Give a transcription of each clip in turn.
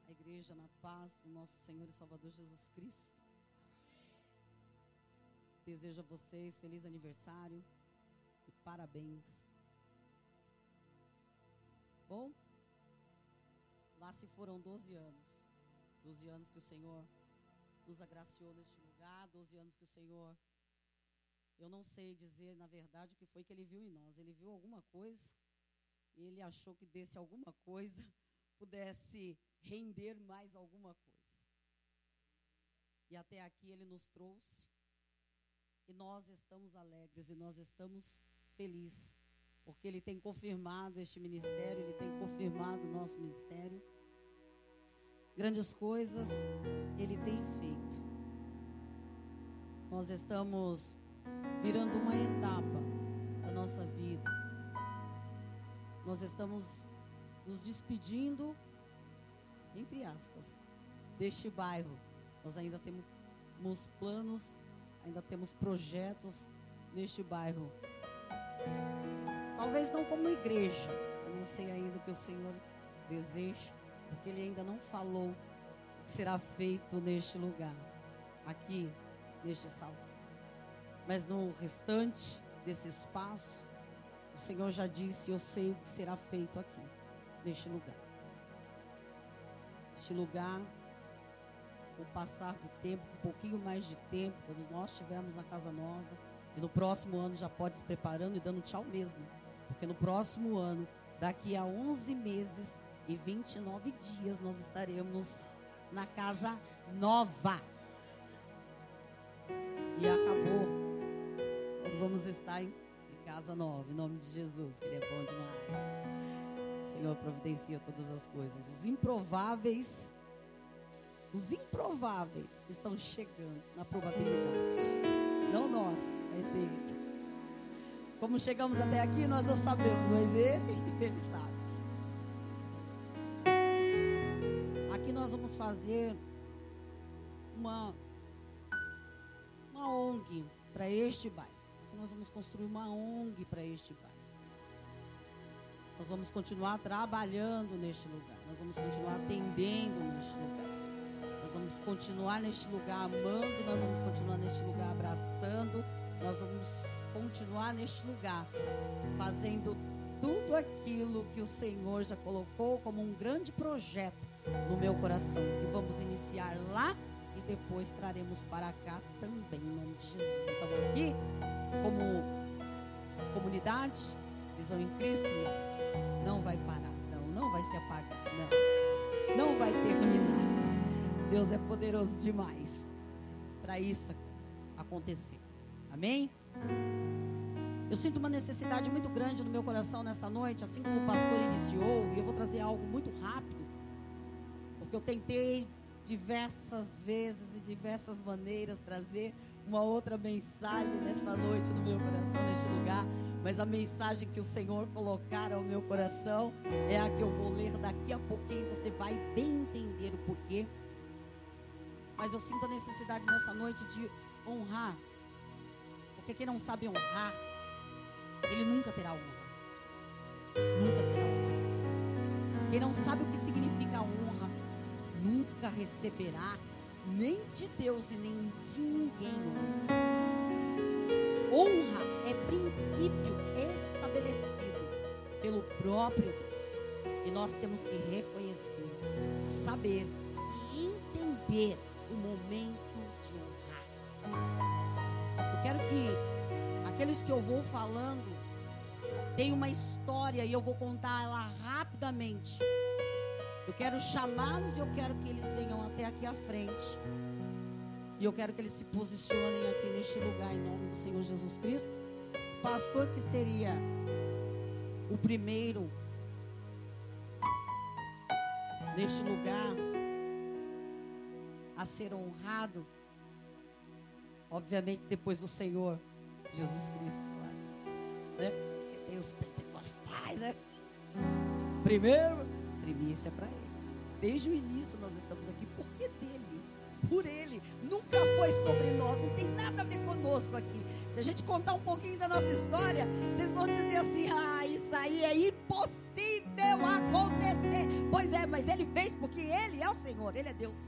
A igreja na paz do nosso Senhor e Salvador Jesus Cristo. Desejo a vocês feliz aniversário e parabéns. Bom, lá se foram 12 anos. 12 anos que o Senhor nos agraciou neste lugar. 12 anos que o Senhor, eu não sei dizer na verdade o que foi que Ele viu em nós. Ele viu alguma coisa e Ele achou que desse alguma coisa pudesse render mais alguma coisa. E até aqui Ele nos trouxe. E nós estamos alegres e nós estamos felizes. Porque Ele tem confirmado este ministério, Ele tem confirmado o nosso ministério. Grandes coisas Ele tem feito. Nós estamos virando uma etapa da nossa vida. Nós estamos nos despedindo, entre aspas, deste bairro. Nós ainda temos planos, ainda temos projetos neste bairro. Talvez não como igreja. Eu não sei ainda o que o Senhor deseja, porque Ele ainda não falou o que será feito neste lugar, aqui, neste salão. Mas no restante desse espaço, o Senhor já disse, eu sei o que será feito aqui, neste lugar. Este lugar, com o passar do tempo, um pouquinho mais de tempo, quando nós estivermos na casa nova, e no próximo ano já pode se preparando e dando tchau mesmo. Porque no próximo ano, daqui a 11 meses e 29 dias, nós estaremos na casa nova. E acabou. Nós vamos estar em casa nova, em nome de Jesus, que Ele é bom demais. O Senhor providencia todas as coisas. Os improváveis estão chegando na probabilidade. Não nós, mas dele. Como chegamos até aqui, nós não sabemos, mas Ele sabe. Aqui nós vamos fazer uma ONG para este bairro. Aqui nós vamos construir uma ONG para este bairro. Nós vamos continuar trabalhando neste lugar. Nós vamos continuar atendendo neste lugar. Nós vamos continuar neste lugar amando. Nós vamos continuar neste lugar abraçando. Nós vamos continuar neste lugar fazendo tudo aquilo que o Senhor já colocou como um grande projeto no meu coração, que vamos iniciar lá e depois traremos para cá também, em nome de Jesus. Então aqui, como comunidade, Visão em Cristo, não vai parar, não vai se apagar, não vai terminar. Deus é poderoso demais para isso acontecer. Amém? Eu sinto uma necessidade muito grande no meu coração nessa noite, assim como o pastor iniciou, e eu vou trazer algo muito rápido, porque eu tentei diversas vezes e diversas maneiras trazer uma outra mensagem nessa noite no meu coração, neste lugar, mas a mensagem que o Senhor colocar ao meu coração é a que eu vou ler daqui a pouquinho, você vai bem entender o porquê. Mas eu sinto a necessidade nessa noite de honrar, porque quem não sabe honrar, ele nunca terá honra. Nunca será honrado. Quem não sabe o que significa honra, nunca receberá nem de Deus e nem de ninguém. Honra é princípio estabelecido pelo próprio Deus. E nós temos que reconhecer, saber e entender o momento de honrar. Eu quero que aqueles que eu vou falando tem uma história e eu vou contar ela rapidamente. Eu quero chamá-los e eu quero que eles venham até aqui à frente. E eu quero que eles se posicionem aqui neste lugar em nome do Senhor Jesus Cristo. O pastor que seria o primeiro neste lugar a ser honrado, obviamente depois do Senhor Jesus Cristo, claro, né? Porque tem os pentecostais, né? Primeiro, primícia para Ele. Desde o início nós estamos aqui porque dele, por Ele. Nunca foi sobre nós, não tem nada a ver conosco aqui. Se a gente contar um pouquinho da nossa história, vocês vão dizer assim: ah, isso aí é impossível acontecer. Pois é, mas Ele fez porque Ele é o Senhor, Ele é Deus.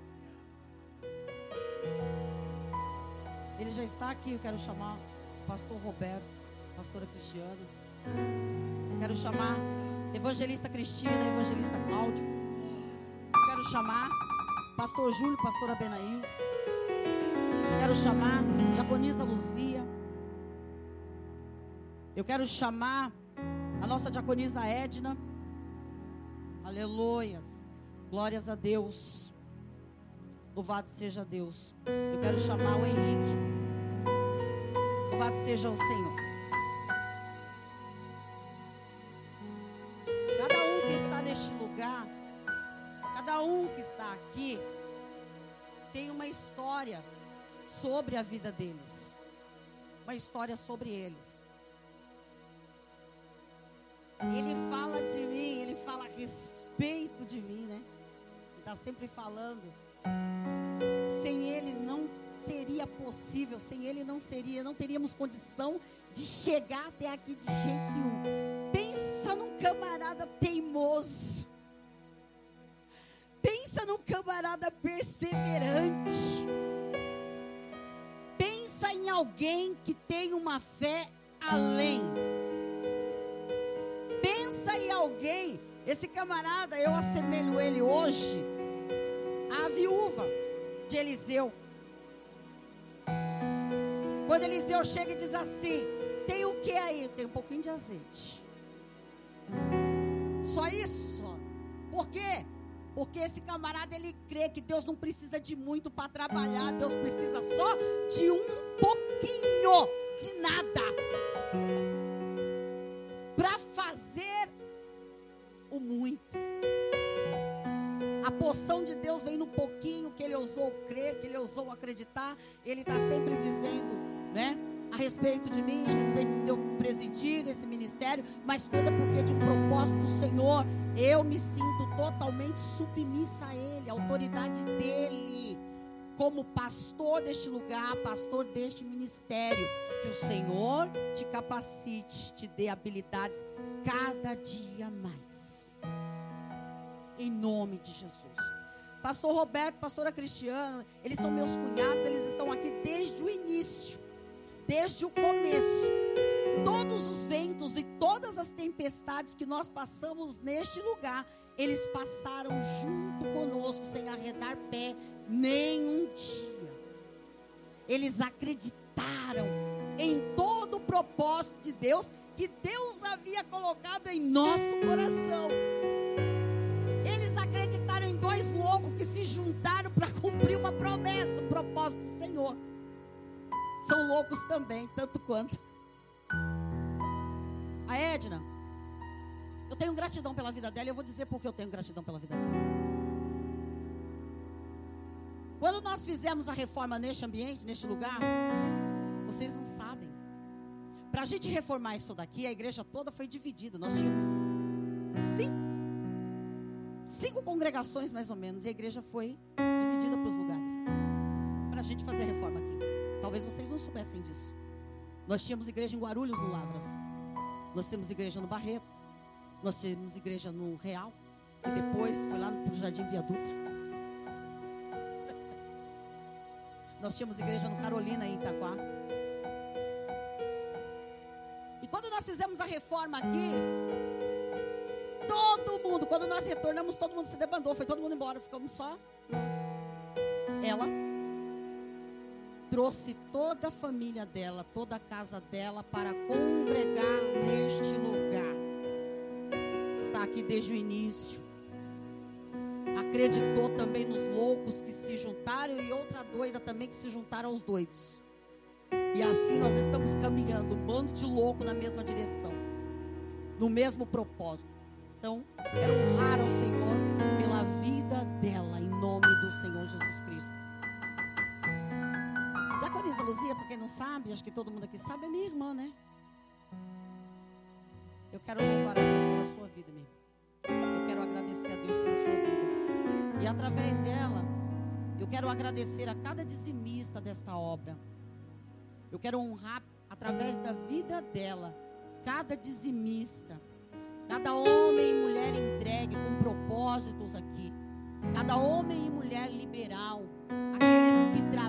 Ele já está aqui. Eu quero chamar o pastor Roberto, a pastora Cristiana. Eu quero chamar evangelista Cristina, evangelista Cláudio. Eu quero chamar pastor Júlio, pastora Benaíus. Eu quero chamar diaconisa Luzia. Eu quero chamar a nossa diaconisa Edna. Aleluias. Glórias a Deus. Louvado seja Deus. Eu quero chamar o Henrique. Louvado seja o Senhor. Cada um que está neste lugar, cada um que está aqui, tem uma história sobre a vida deles. Uma história sobre eles. Ele fala de mim, ele fala a respeito de mim, né? Ele está sempre falando. Sem ele não seria possível, sem ele não teríamos condição de chegar até aqui de jeito nenhum. Pensa num camarada teimoso. Pensa num camarada perseverante. Pensa em alguém que tem uma fé além. Pensa em alguém, esse camarada, eu assemelho ele hoje à viúva de Eliseu. Quando Eliseu chega e diz assim: tem o que aí? Tem um pouquinho de azeite. Só isso? Por quê? Porque esse camarada, ele crê que Deus não precisa de muito para trabalhar. Deus precisa só de um pouquinho de nada para fazer o muito. A porção de Deus vem no pouquinho que ele ousou crer, que ele ousou acreditar. Ele está sempre dizendo, né, a respeito de mim, a respeito de eu presidir esse ministério, mas tudo é porque de um propósito do Senhor. Eu me sinto totalmente submissa a Ele, a autoridade dEle, como pastor deste lugar, pastor deste ministério. Que o Senhor te capacite, te dê habilidades cada dia mais, em nome de Jesus. Pastor Roberto, pastora Cristiana, eles são meus cunhados, eles estão aqui desde o início, desde o começo. Todos os ventos e todas as tempestades que nós passamos neste lugar, eles passaram junto conosco, sem arredar pé nenhum dia. Eles acreditaram em todo o propósito de Deus, que Deus havia colocado em nosso coração. Eles acreditaram em dois loucos que se juntaram para cumprir uma promessa, um propósito do Senhor. São loucos também, tanto quanto. A Edna, eu tenho gratidão pela vida dela, e eu vou dizer por que eu tenho gratidão pela vida dela. Quando nós fizemos a reforma neste ambiente, neste lugar, vocês não sabem. Para a gente reformar isso daqui, a igreja toda foi dividida. Nós tínhamos cinco congregações mais ou menos, e a igreja foi dividida para os lugares, para a gente fazer a reforma aqui. Talvez vocês não soubessem disso. Nós tínhamos igreja em Guarulhos, no Lavras. Nós temos igreja no Barreto. Nós temos igreja no Real. E depois foi lá no Jardim Via Dutra. Nós tínhamos igreja no Carolina, em Itaquá. E quando nós fizemos a reforma aqui, todo mundo, quando nós retornamos, todo mundo se debandou. Foi todo mundo embora, ficamos só nós. Ela trouxe toda a família dela, toda a casa dela para congregar neste lugar. Está aqui desde o início. Acreditou também nos loucos que se juntaram, e outra doida também que se juntaram aos doidos. E assim nós estamos caminhando, um bando de louco na mesma direção, no mesmo propósito. Então, quero honrar ao Senhor pela vida dela, em nome do Senhor Jesus Cristo. Diaconisa Luzia, para quem não sabe, acho que todo mundo aqui sabe, é minha irmã, né? Eu quero louvar a Deus pela sua vida, minha irmã. Eu quero agradecer a Deus pela sua vida. E através dela, eu quero agradecer a cada dizimista desta obra. Eu quero honrar, através da vida dela, cada dizimista, cada homem e mulher entregue com propósito. propósitos aqui. Cada homem e mulher liberal, aqueles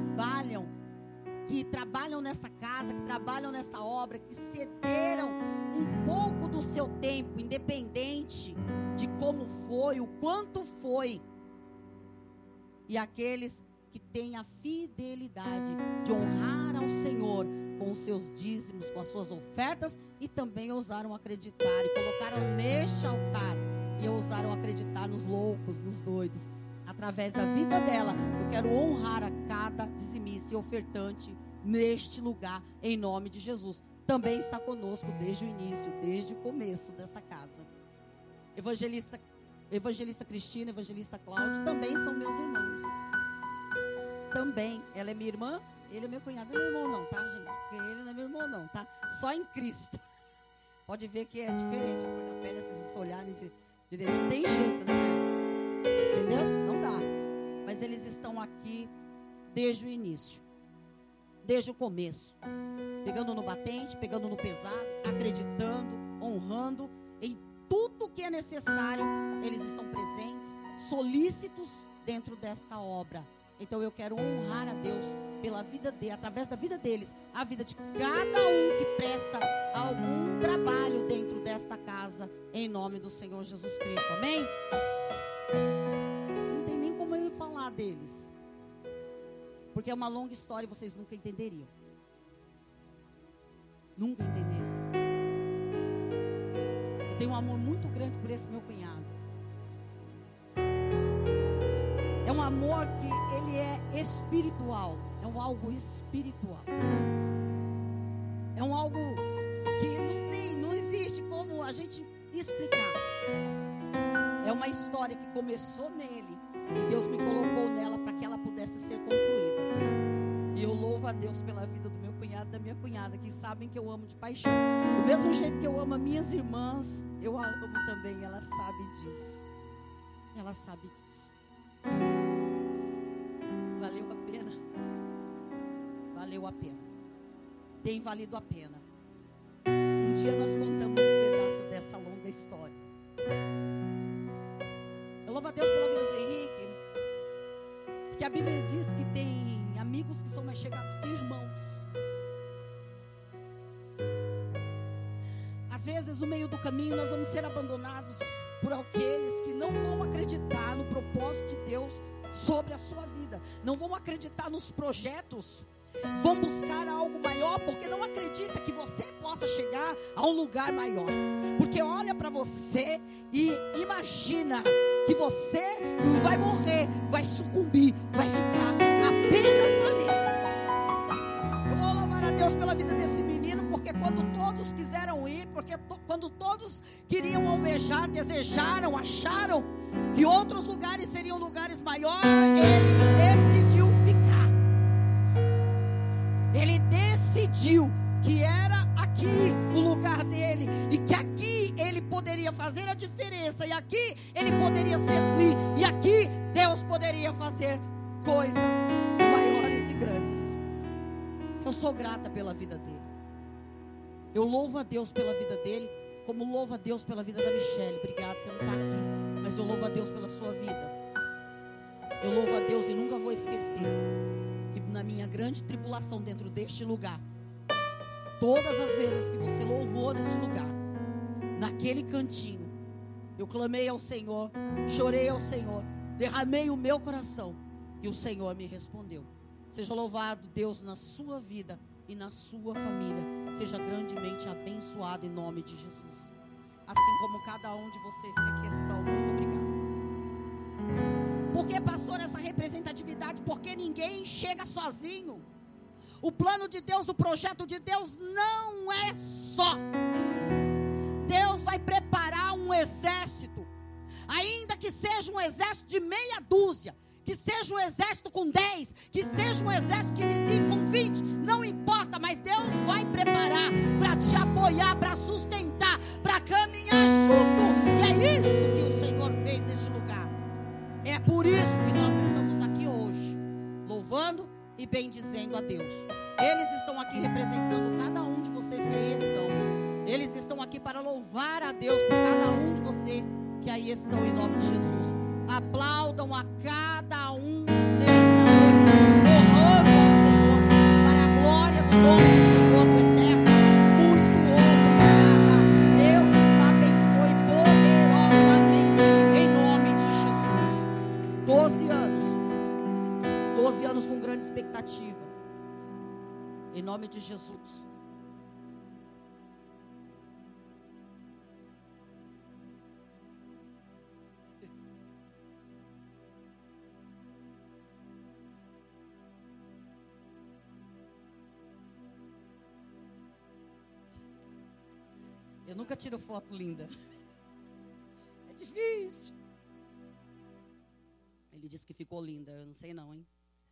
que trabalham nessa casa, que trabalham nessa obra, que cederam um pouco do seu tempo, independente de como foi, o quanto foi. E aqueles que têm a fidelidade de honrar ao Senhor com os seus dízimos, com as suas ofertas, e também ousaram acreditar e colocaram neste altar e ousaram acreditar nos loucos, nos doidos. Através da vida dela, eu quero honrar a cada dizimista e ofertante neste lugar, em nome de Jesus. Também está conosco desde o início, desde o começo desta casa. Evangelista Cristina, evangelista Cláudio, também são meus irmãos. Também, ela é minha irmã, ele é meu cunhado. Não é meu irmão não, tá, gente? Porque ele não é meu irmão não, tá? Só em Cristo. Pode ver que é diferente a cor da pele, se vocês olharem direito, não tem jeito, né? Entendeu? Não dá. Mas eles estão aqui desde o início, desde o começo, pegando no batente, pegando no pesado, acreditando, honrando em tudo que é necessário. Eles estão presentes, solícitos dentro desta obra. Então eu quero honrar a Deus pela vida dele, através da vida deles, a vida de cada um que presta algum trabalho dentro desta casa, em nome do Senhor Jesus Cristo. Amém? Não tem nem como eu falar deles, porque é uma longa história e vocês nunca entenderiam. Nunca entenderiam. Eu tenho um amor muito grande por esse meu cunhado. É um amor que ele é espiritual. É um algo espiritual. É um algo que não existe como a gente explicar. É uma história que começou nele e Deus me colocou nela para que ela pudesse ser concluída. E eu louvo a Deus pela vida do meu cunhado e da minha cunhada, que sabem que eu amo de paixão. Do mesmo jeito que eu amo as minhas irmãs, eu a amo também. Ela sabe disso. Ela sabe disso. Valeu a pena. Valeu a pena. Tem valido a pena. Um dia nós contamos um pedaço dessa longa história. Eu louvo a Deus pela vida do Henrique, porque a Bíblia diz que tem amigos que são mais chegados que irmãos. Às vezes no meio do caminho nós vamos ser abandonados por aqueles que não vão acreditar no propósito de Deus sobre a sua vida, não vão acreditar nos projetos, vão buscar algo maior, porque não acredita que você possa chegar a um lugar maior, porque olha para você e imagina que você vai morrer, vai sucumbir, vai ficar apenas ali. Eu vou louvar a Deus pela vida desse menino, porque quando todos quiseram ir, quando todos queriam almejar, desejaram, acharam que outros lugares seriam lugares maiores, ele decidiu ficar. Ele decidiu que era aqui o lugar dele e que aqui ele poderia fazer a diferença, e aqui ele poderia servir, e aqui Deus poderia fazer coisas maiores e grandes. Eu sou grata pela vida dele. Eu louvo a Deus pela vida dele, como louvo a Deus pela vida da Michele. Obrigado, você não está aqui, mas eu louvo a Deus pela sua vida. Eu louvo a Deus e nunca vou esquecer que na minha grande tribulação dentro deste lugar, todas as vezes que você louvou nesse lugar, naquele cantinho, eu clamei ao Senhor, chorei ao Senhor, derramei o meu coração e o Senhor me respondeu. Seja louvado Deus na sua vida e na sua família. Seja grandemente abençoado em nome de Jesus. Assim como cada um de vocês que aqui estão. Muito obrigado. Por que, pastor, essa representatividade? Porque ninguém chega sozinho. O plano de Deus, o projeto de Deus não é só. Deus vai preparar um exército, ainda que seja um exército de meia dúzia, que seja um exército com 10, que seja um exército que inicie com 20, não importa, mas Deus vai preparar para te apoiar, para sustentar, para caminhar junto. E é isso que o Senhor fez neste lugar. É por isso que nós estamos aqui hoje, louvando e bendizendo a Deus. Eles estão aqui representando cada um de vocês que aí estão. Eles estão aqui para louvar a Deus por cada um de vocês que aí estão em nome de Jesus. Aplaudam a cada um nesta noite, honrando ao Senhor, para a glória do nome do Senhor do eterno. Muito obrigada. Deus os abençoe poderosamente, em nome de Jesus. 12 anos com grande expectativa, em nome de Jesus. Eu nunca tiro foto linda. É difícil. Ele disse que ficou linda. Eu não sei não, hein?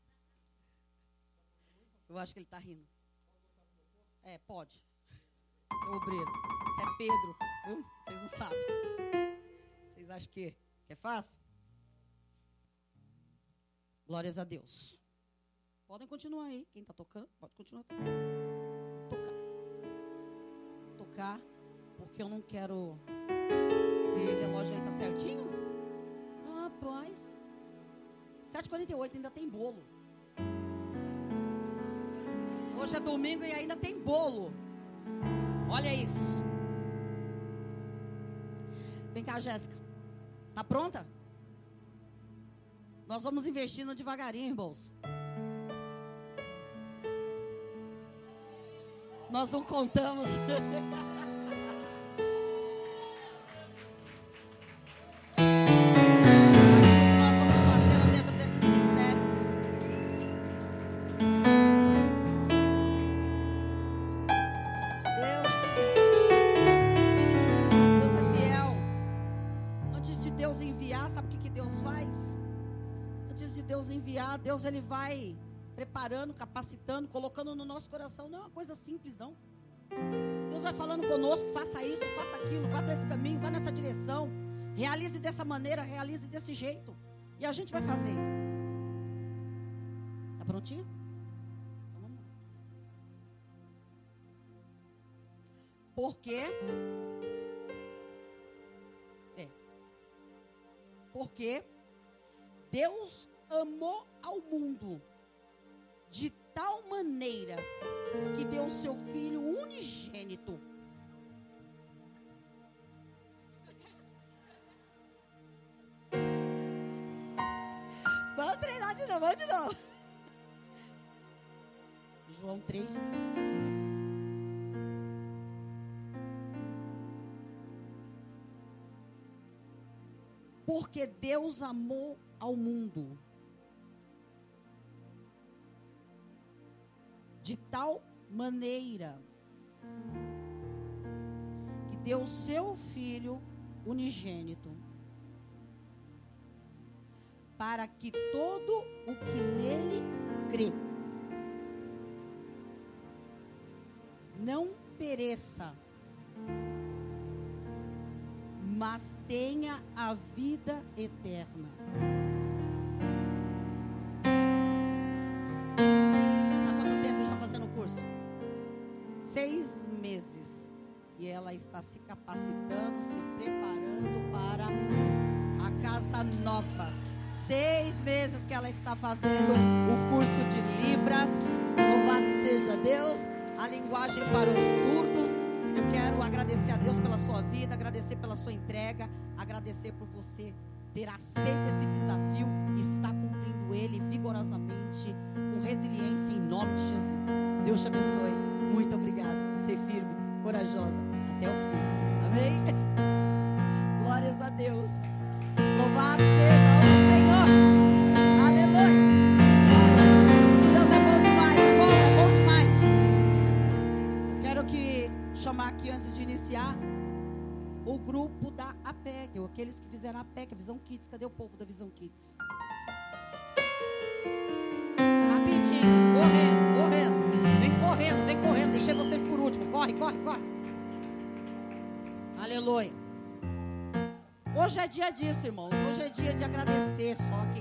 Eu acho que ele está rindo. É, pode. Seu obreiro. Isso é Pedro. Viu? Vocês não sabem. Vocês acham que é fácil? Glórias a Deus. Podem continuar aí. Quem está tocando, pode continuar tocando. Tocar. Porque eu não quero. Esse relógio aí tá certinho? Rapaz. 7h48, ainda tem bolo. Hoje é domingo e ainda tem bolo. Olha isso. Vem cá, Jéssica. Tá pronta? Nós vamos investindo devagarinho, irmãos. Nós não contamos. Deus, Ele vai preparando, capacitando, colocando no nosso coração. Não é uma coisa simples, não. Deus vai falando conosco, faça isso, faça aquilo, vá para esse caminho, vá nessa direção, realize dessa maneira, realize desse jeito. E a gente vai fazendo. Tá prontinho? Então vamos lá. Porque Deus amou ao mundo de tal maneira que deu seu Filho unigênito. Vamos treinar de novo, vamos de novo. João 3,16. Porque Deus amou ao mundo de tal maneira que deu seu Filho unigênito, para que todo o que nele crê não pereça, mas tenha a vida eterna. Há quanto tempo já fazendo o curso? 6 meses. E ela está se capacitando, se preparando para a casa nova. 6 meses que ela está fazendo o curso de Libras. Louvado seja Deus. A linguagem para os surdos. Eu quero agradecer a Deus pela sua vida, agradecer pela sua entrega, agradecer por você ter aceito esse desafio e estar cumprindo ele vigorosamente, com resiliência, em nome de Jesus. Deus te abençoe. Muito obrigada. Ser firme, corajosa, até o fim. Amém? Glórias a Deus. Louvado seja o Senhor. Aleluia. Glórias. Deus é bom demais, é bom demais. Quero chamar aqui, antes de iniciar, o grupo da APEC, ou aqueles que fizeram a APEC, a Visão Kids. Cadê o povo da Visão Kids? Rapidinho, correndo, vem correndo, deixei vocês por último, corre. Aleluia. Hoje é dia disso, irmãos, hoje é dia de agradecer,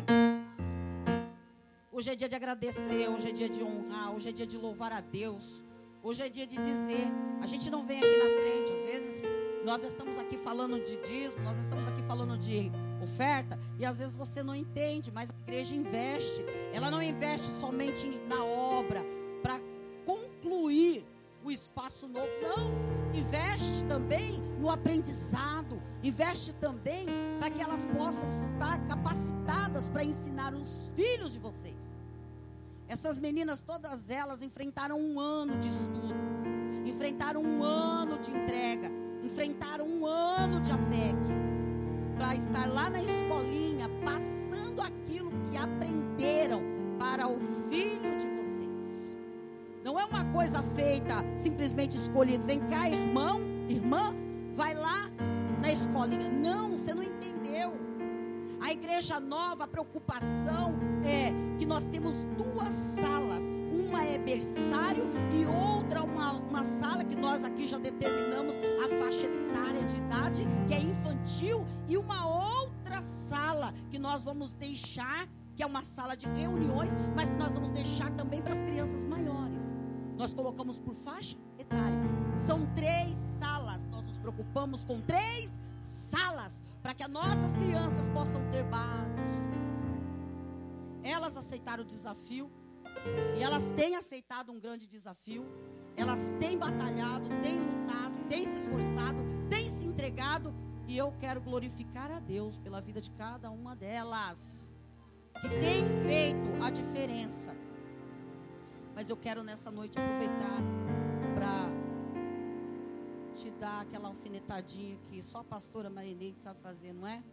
hoje é dia de agradecer, hoje é dia de honrar, hoje é dia de louvar a Deus. Hoje é dia de dizer, a gente não vem aqui na frente, às vezes Nós estamos aqui falando de dízimo, nós estamos aqui falando de oferta, e às vezes você não entende, mas a igreja investe. Ela não investe somente na obra, para concluir o espaço novo. Não, investe também no aprendizado, investe também para que elas possam estar capacitadas para ensinar os filhos de vocês. Essas meninas, todas elas enfrentaram um ano de estudo, enfrentaram um ano de entrega, enfrentaram um ano de APEC, para estar lá na escolinha, passando aquilo que aprenderam para o filho de vocês. Não é uma coisa feita, simplesmente escolhida. Vem cá, irmã, vai lá na escolinha. Não, você não entendeu. A igreja nova, a preocupação é que nós temos 2 salas. Uma é berçário e outra uma sala que nós aqui já determinamos a faixa etária de idade, que é infantil, e uma outra sala que nós vamos deixar, que é uma sala de reuniões, mas que nós vamos deixar também para as crianças maiores. Nós colocamos por faixa etária. São 3 salas. Nós nos preocupamos com 3 salas, para que as nossas crianças possam ter base de sustentação. Elas aceitaram o desafio, e elas têm aceitado um grande desafio. Elas têm batalhado, têm lutado, têm se esforçado, têm se entregado, e eu quero glorificar a Deus pela vida de cada uma delas, que tem feito a diferença. Mas eu quero nessa noite aproveitar para te dar aquela alfinetadinha que só a pastora Marineide sabe fazer, não é?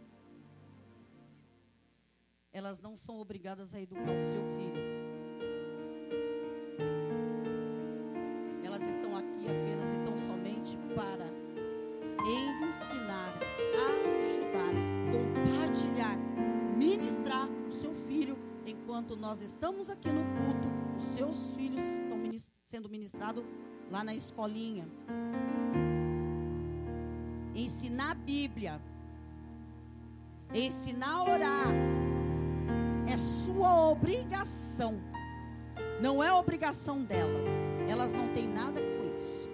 Elas não são obrigadas a educar o seu filho. Elas estão aqui apenas e tão somente para ensinar, ajudar, compartilhar, ministrar o seu filho. Enquanto nós estamos aqui no culto, os seus filhos estão sendo ministrados lá na escolinha. Ensinar a Bíblia, ensinar a orar, é sua obrigação. Não é obrigação delas. Elas não têm nada com isso.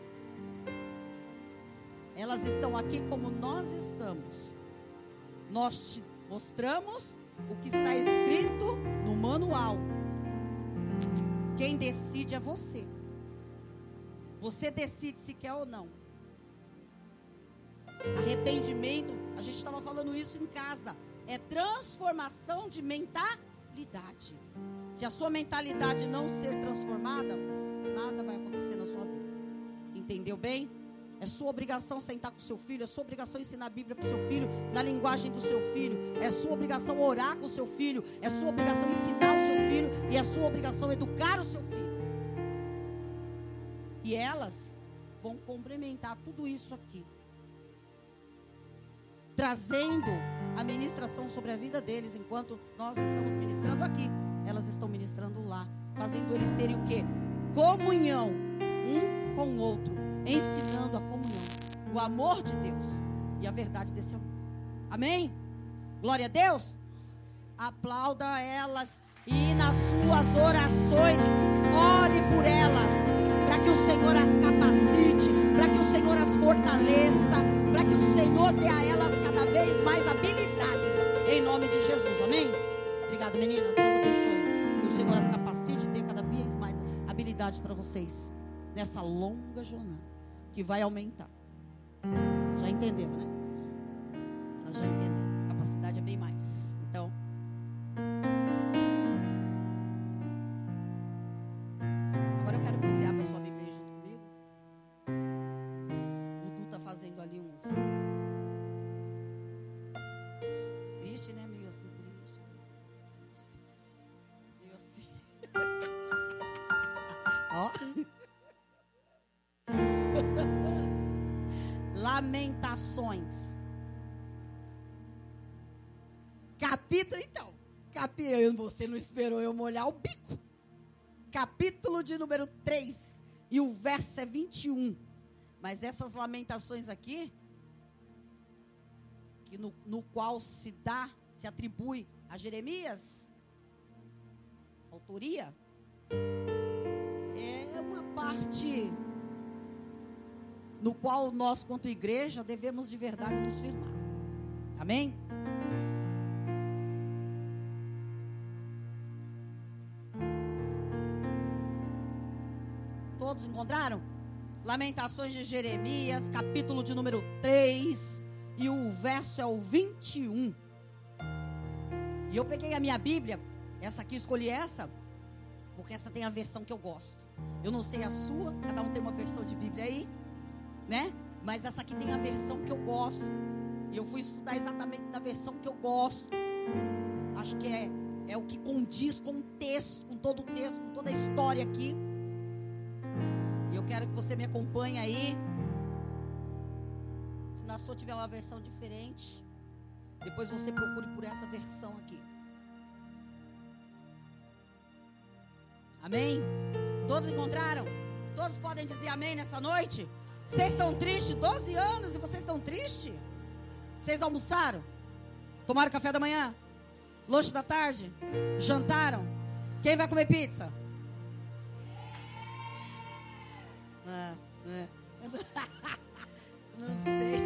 Elas estão aqui como nós estamos. Nós te mostramos o que está escrito no manual. Quem decide é você. Você decide se quer ou não. Arrependimento, a gente estava falando isso em casa, é transformação de mentalidade. Se a sua mentalidade não ser transformada, nada vai acontecer na sua vida. Entendeu bem? É sua obrigação sentar com o seu filho, é sua obrigação ensinar a Bíblia para o seu filho, na linguagem do seu filho, é sua obrigação orar com o seu filho, é sua obrigação ensinar o seu filho, e é sua obrigação educar o seu filho. E elas vão complementar tudo isso aqui, trazendo a ministração sobre a vida deles. Enquanto nós estamos ministrando aqui, elas estão ministrando lá, fazendo eles terem o quê? Comunhão um com o outro, ensinando a comunhão, o amor de Deus e a verdade desse amor. Amém? Glória a Deus. Aplauda elas e nas suas orações ore por elas, para que o Senhor as capacite, para que o Senhor as fortaleça, para que o Senhor dê a elas cada vez mais habilidades, em nome de Jesus. Amém? Obrigado, meninas. Deus abençoe. Que o Senhor as capacite e dê cada vez mais habilidades para vocês nessa longa jornada que vai aumentar. Já entenderam, né? Elas já entenderam. Capacidade é bem mais. Então, agora eu quero que você abra sua Bíblia aí junto comigo. O Du está fazendo ali uns triste, né? Meio assim, triste. Meio assim. Ó. Lamentações. Você não esperou eu molhar o bico. Capítulo de número 3. E o verso é 21. Mas essas lamentações aqui, que no qual se atribui a Jeremias, autoria, é uma parte no qual nós, quanto igreja, devemos de verdade nos firmar. Amém? Todos encontraram? Lamentações de Jeremias, capítulo de número 3, e o verso é o 21. E eu peguei a minha Bíblia, essa aqui, escolhi essa, porque essa tem a versão que eu gosto. Eu não sei a sua, cada um tem uma versão de Bíblia aí, né? Mas essa aqui tem a versão que eu gosto. E eu fui estudar exatamente da versão que eu gosto. Acho que é o que condiz com o texto, com todo o texto, com toda a história aqui. E eu quero que você me acompanhe aí. Se na sua tiver uma versão diferente, depois você procure por essa versão aqui. Amém? Todos encontraram? Todos podem dizer amém nessa noite? Vocês estão tristes? 12 anos e vocês estão tristes? Vocês almoçaram? Tomaram café da manhã? Lanche da tarde? Jantaram? Quem vai comer pizza? Não sei.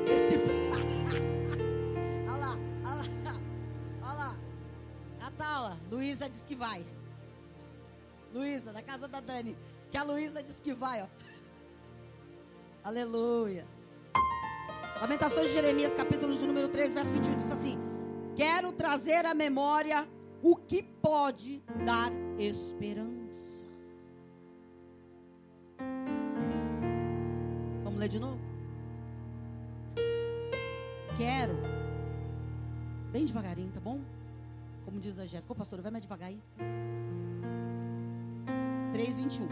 Olha lá. A Tala, Luísa diz que vai. Luísa, na casa da Dani. Que a Luísa diz que vai, ó. Aleluia. Lamentações de Jeremias, capítulo de número 3, verso 21, diz assim: quero trazer à memória o que pode dar esperança. Vamos ler de novo? Quero, bem devagarinho, tá bom? Como diz a Jéssica. Ô pastora, vai mais devagar aí. 3:21.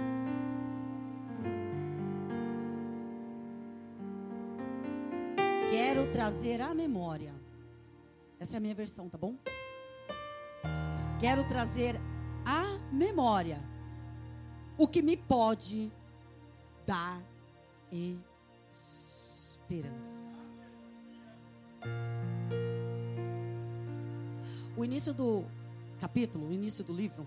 Quero trazer à memória. Essa é a minha versão, tá bom? Quero trazer à memória o que me pode dar esperança. O início do capítulo, o início do livro,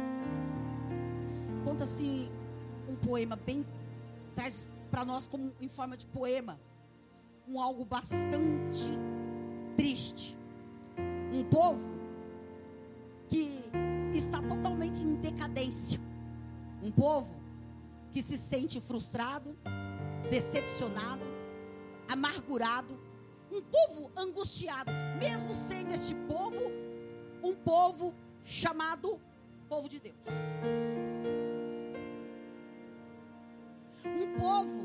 conta-se um poema bem, traz para nós como em forma de poema, algo bastante triste. Um povo que está totalmente em decadência. Um povo que se sente frustrado, decepcionado, amargurado. Um povo angustiado, mesmo sendo este povo um povo chamado povo de Deus. Um povo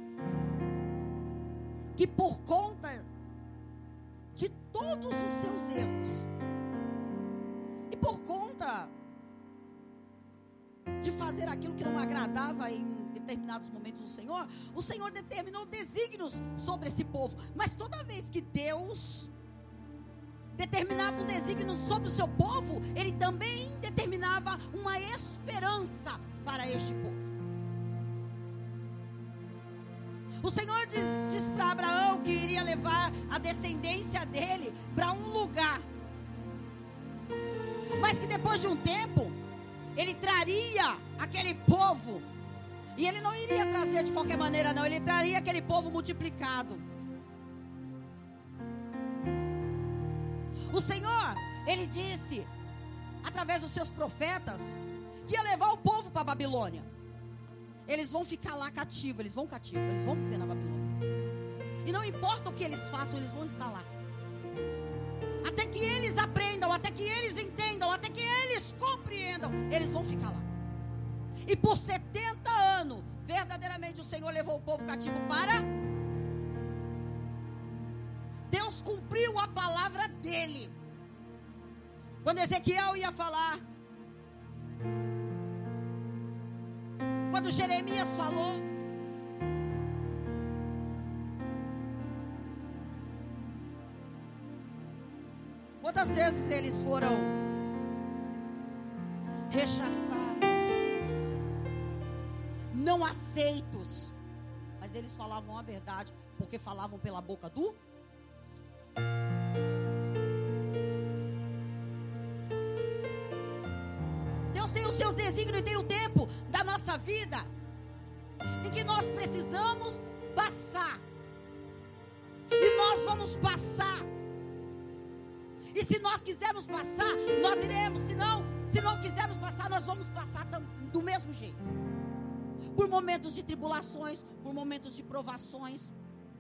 que por conta de todos os seus erros e por conta de fazer aquilo que não agradava em determinados momentos do Senhor, o Senhor determinou desígnios sobre esse povo. Mas toda vez que Deus determinava um desígnio sobre o seu povo, Ele também determinava uma esperança para este povo. O Senhor diz para Abraão que iria levar a descendência dele para um lugar, mas que depois de um tempo Ele traria aquele povo. E Ele não iria trazer de qualquer maneira, não. Ele traria aquele povo multiplicado. O Senhor, Ele disse, através dos seus profetas, que ia levar o povo para a Babilônia. Eles vão ficar lá cativos, eles vão viver na Babilônia. E não importa o que eles façam, eles vão estar lá. Até que eles aprendam, até que eles entendam, até que eles compreendam, eles vão ficar lá. E por 70 anos, verdadeiramente o Senhor levou o povo cativo para... Deus cumpriu a palavra dele. Quando Ezequiel ia falar, quando Jeremias falou, quantas vezes eles foram rechaçados, não aceitos, mas eles falavam a verdade, porque falavam pela boca do... Deus tem os seus desígnios e tem o tempo da nossa vida em que nós precisamos passar. E nós vamos passar. E se nós quisermos passar, nós iremos. Se não quisermos passar, nós vamos passar do mesmo jeito. Por momentos de tribulações, por momentos de provações.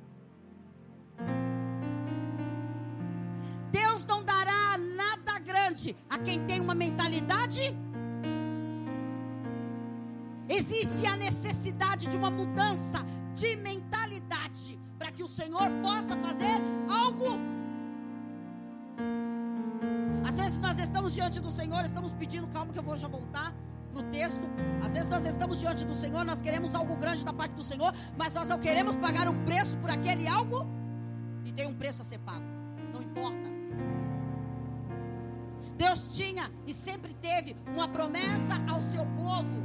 Deus não dará nada grande a quem tem uma mentalidade. Existe a necessidade de uma mudança de mentalidade para que o Senhor possa fazer algo. Às vezes nós estamos diante do Senhor, estamos pedindo, calma que eu vou já voltar para o texto. Às vezes nós estamos diante do Senhor, nós queremos algo grande da parte do Senhor, mas nós não queremos pagar um preço por aquele algo, e tem um preço a ser pago, não importa. Deus tinha e sempre teve uma promessa ao seu povo,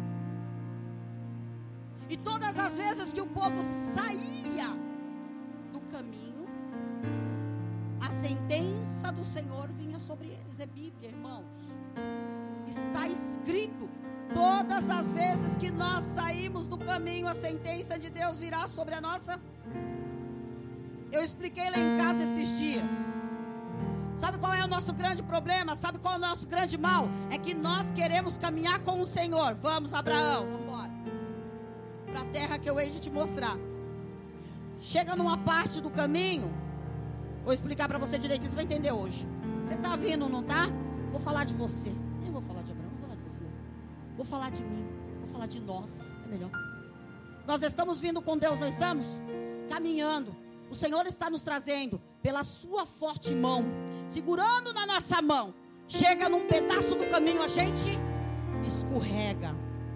e todas as vezes que o povo saía do caminho, a sentença do Senhor vinha sobre eles. É Bíblia, irmãos. Está escrito: todas as vezes que nós saímos do caminho, a sentença de Deus virá sobre a nossa. Eu expliquei lá em casa esses dias. Sabe qual é o nosso grande problema? Sabe qual é o nosso grande mal? É que nós queremos caminhar com o Senhor. Vamos, Abraão, vamos embora para a terra que eu hei de te mostrar. Chega numa parte do caminho, vou explicar para você direitinho, você vai entender hoje. Você está vindo, não está? Vou falar de você. Nem vou falar de Abraão, vou falar de você mesmo. Vou falar de mim, vou falar de nós. É melhor. Nós estamos vindo com Deus, não estamos? Caminhando. O Senhor está nos trazendo pela sua forte mão, segurando na nossa mão. Chega num pedaço do caminho, a gente escorrega.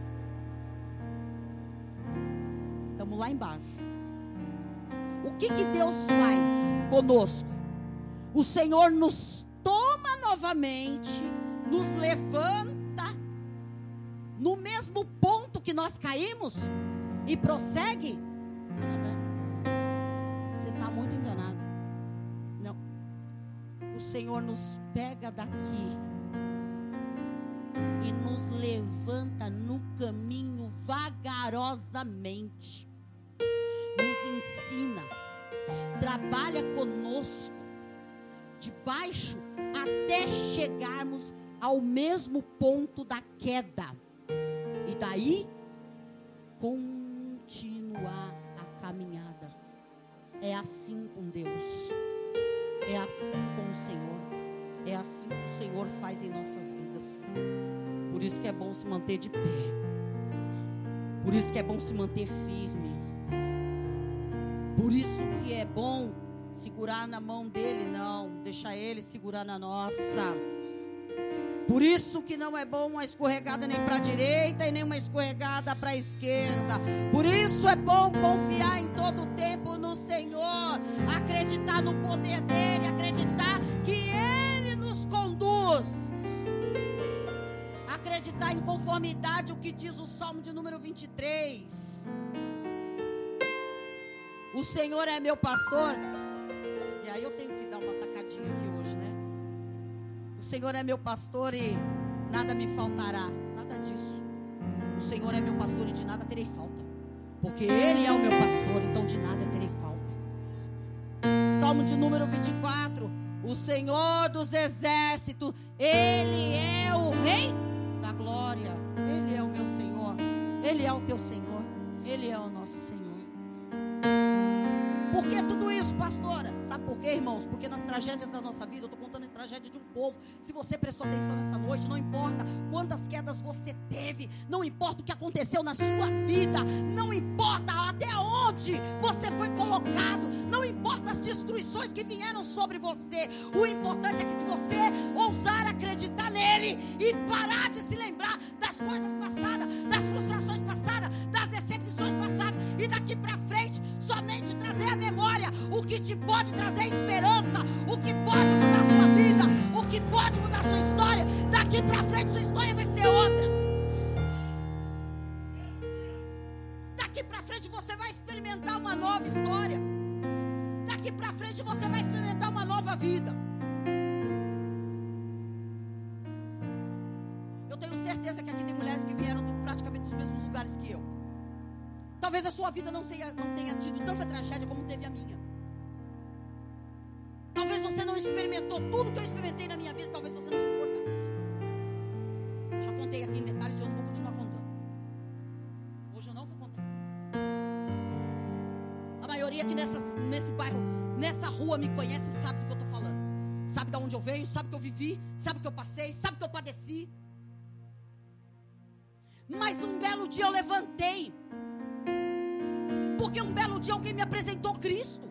Estamos lá embaixo. O que Deus faz conosco? O Senhor nos toma novamente, nos levanta no mesmo ponto que nós caímos e prossegue. Você está muito enganado. Não. O Senhor nos pega daqui e nos levanta no caminho vagarosamente. Nos ensina, trabalha conosco, de baixo até chegarmos ao mesmo ponto da queda, e daí continuar a caminhada. É assim com Deus, é assim com o Senhor, é assim que o Senhor faz em nossas vidas. Por isso que é bom se manter de pé, por isso que é bom se manter firme, por isso que é bom segurar na mão dele, não deixar ele segurar na nossa. Por isso que não é bom uma escorregada nem para a direita e nem uma escorregada para a esquerda. Por isso é bom confiar em todo o tempo no Senhor, acreditar no poder dele, acreditar que ele nos conduz, acreditar em conformidade o que diz o Salmo de número 23. O Senhor é meu pastor. E aí eu tenho que dar uma tacadinha aqui hoje, né? O Senhor é meu pastor e nada me faltará. Nada disso. O Senhor é meu pastor e de nada terei falta. Porque Ele é o meu pastor, então de nada terei falta. Salmo de número 24. O Senhor dos exércitos, Ele é o Rei da glória. Ele é o meu Senhor. Ele é o teu Senhor. Ele é o nosso Senhor. Por que tudo isso, pastora? Sabe por quê, irmãos? Porque nas tragédias da nossa vida, eu estou contando a tragédia de um povo. Se você prestou atenção nessa noite, não importa quantas quedas você teve, não importa o que aconteceu na sua vida, não importa até onde você foi colocado, não importa as destruições que vieram sobre você. O importante é que se você ousar acreditar nele e parar de se lembrar das coisas passadas, das frustrações passadas, das decepções passadas, e daqui para frente somente trazer a memória o que te pode trazer esperança, o que pode mudar a sua vida, o que pode mudar a sua história. Daqui para frente sua história vai ser outra. Daqui para frente você vai experimentar uma nova história. Daqui para frente você vai experimentar uma nova vida. Eu tenho certeza que aqui tem mulheres que vieram praticamente dos mesmos lugares que eu. Talvez a sua vida não tenha tido tanta tragédia como teve a minha. Talvez você não experimentou tudo que eu experimentei na minha vida. Talvez você não suportasse. Já contei aqui em detalhes, eu não vou continuar contando. Hoje eu não vou contar. A maioria aqui nesse bairro, nessa rua me conhece e sabe do que eu estou falando. Sabe de onde eu venho, sabe o que eu vivi, sabe o que eu passei, sabe o que eu padeci. Mas um belo dia eu levantei. Porque um belo dia alguém me apresentou Cristo.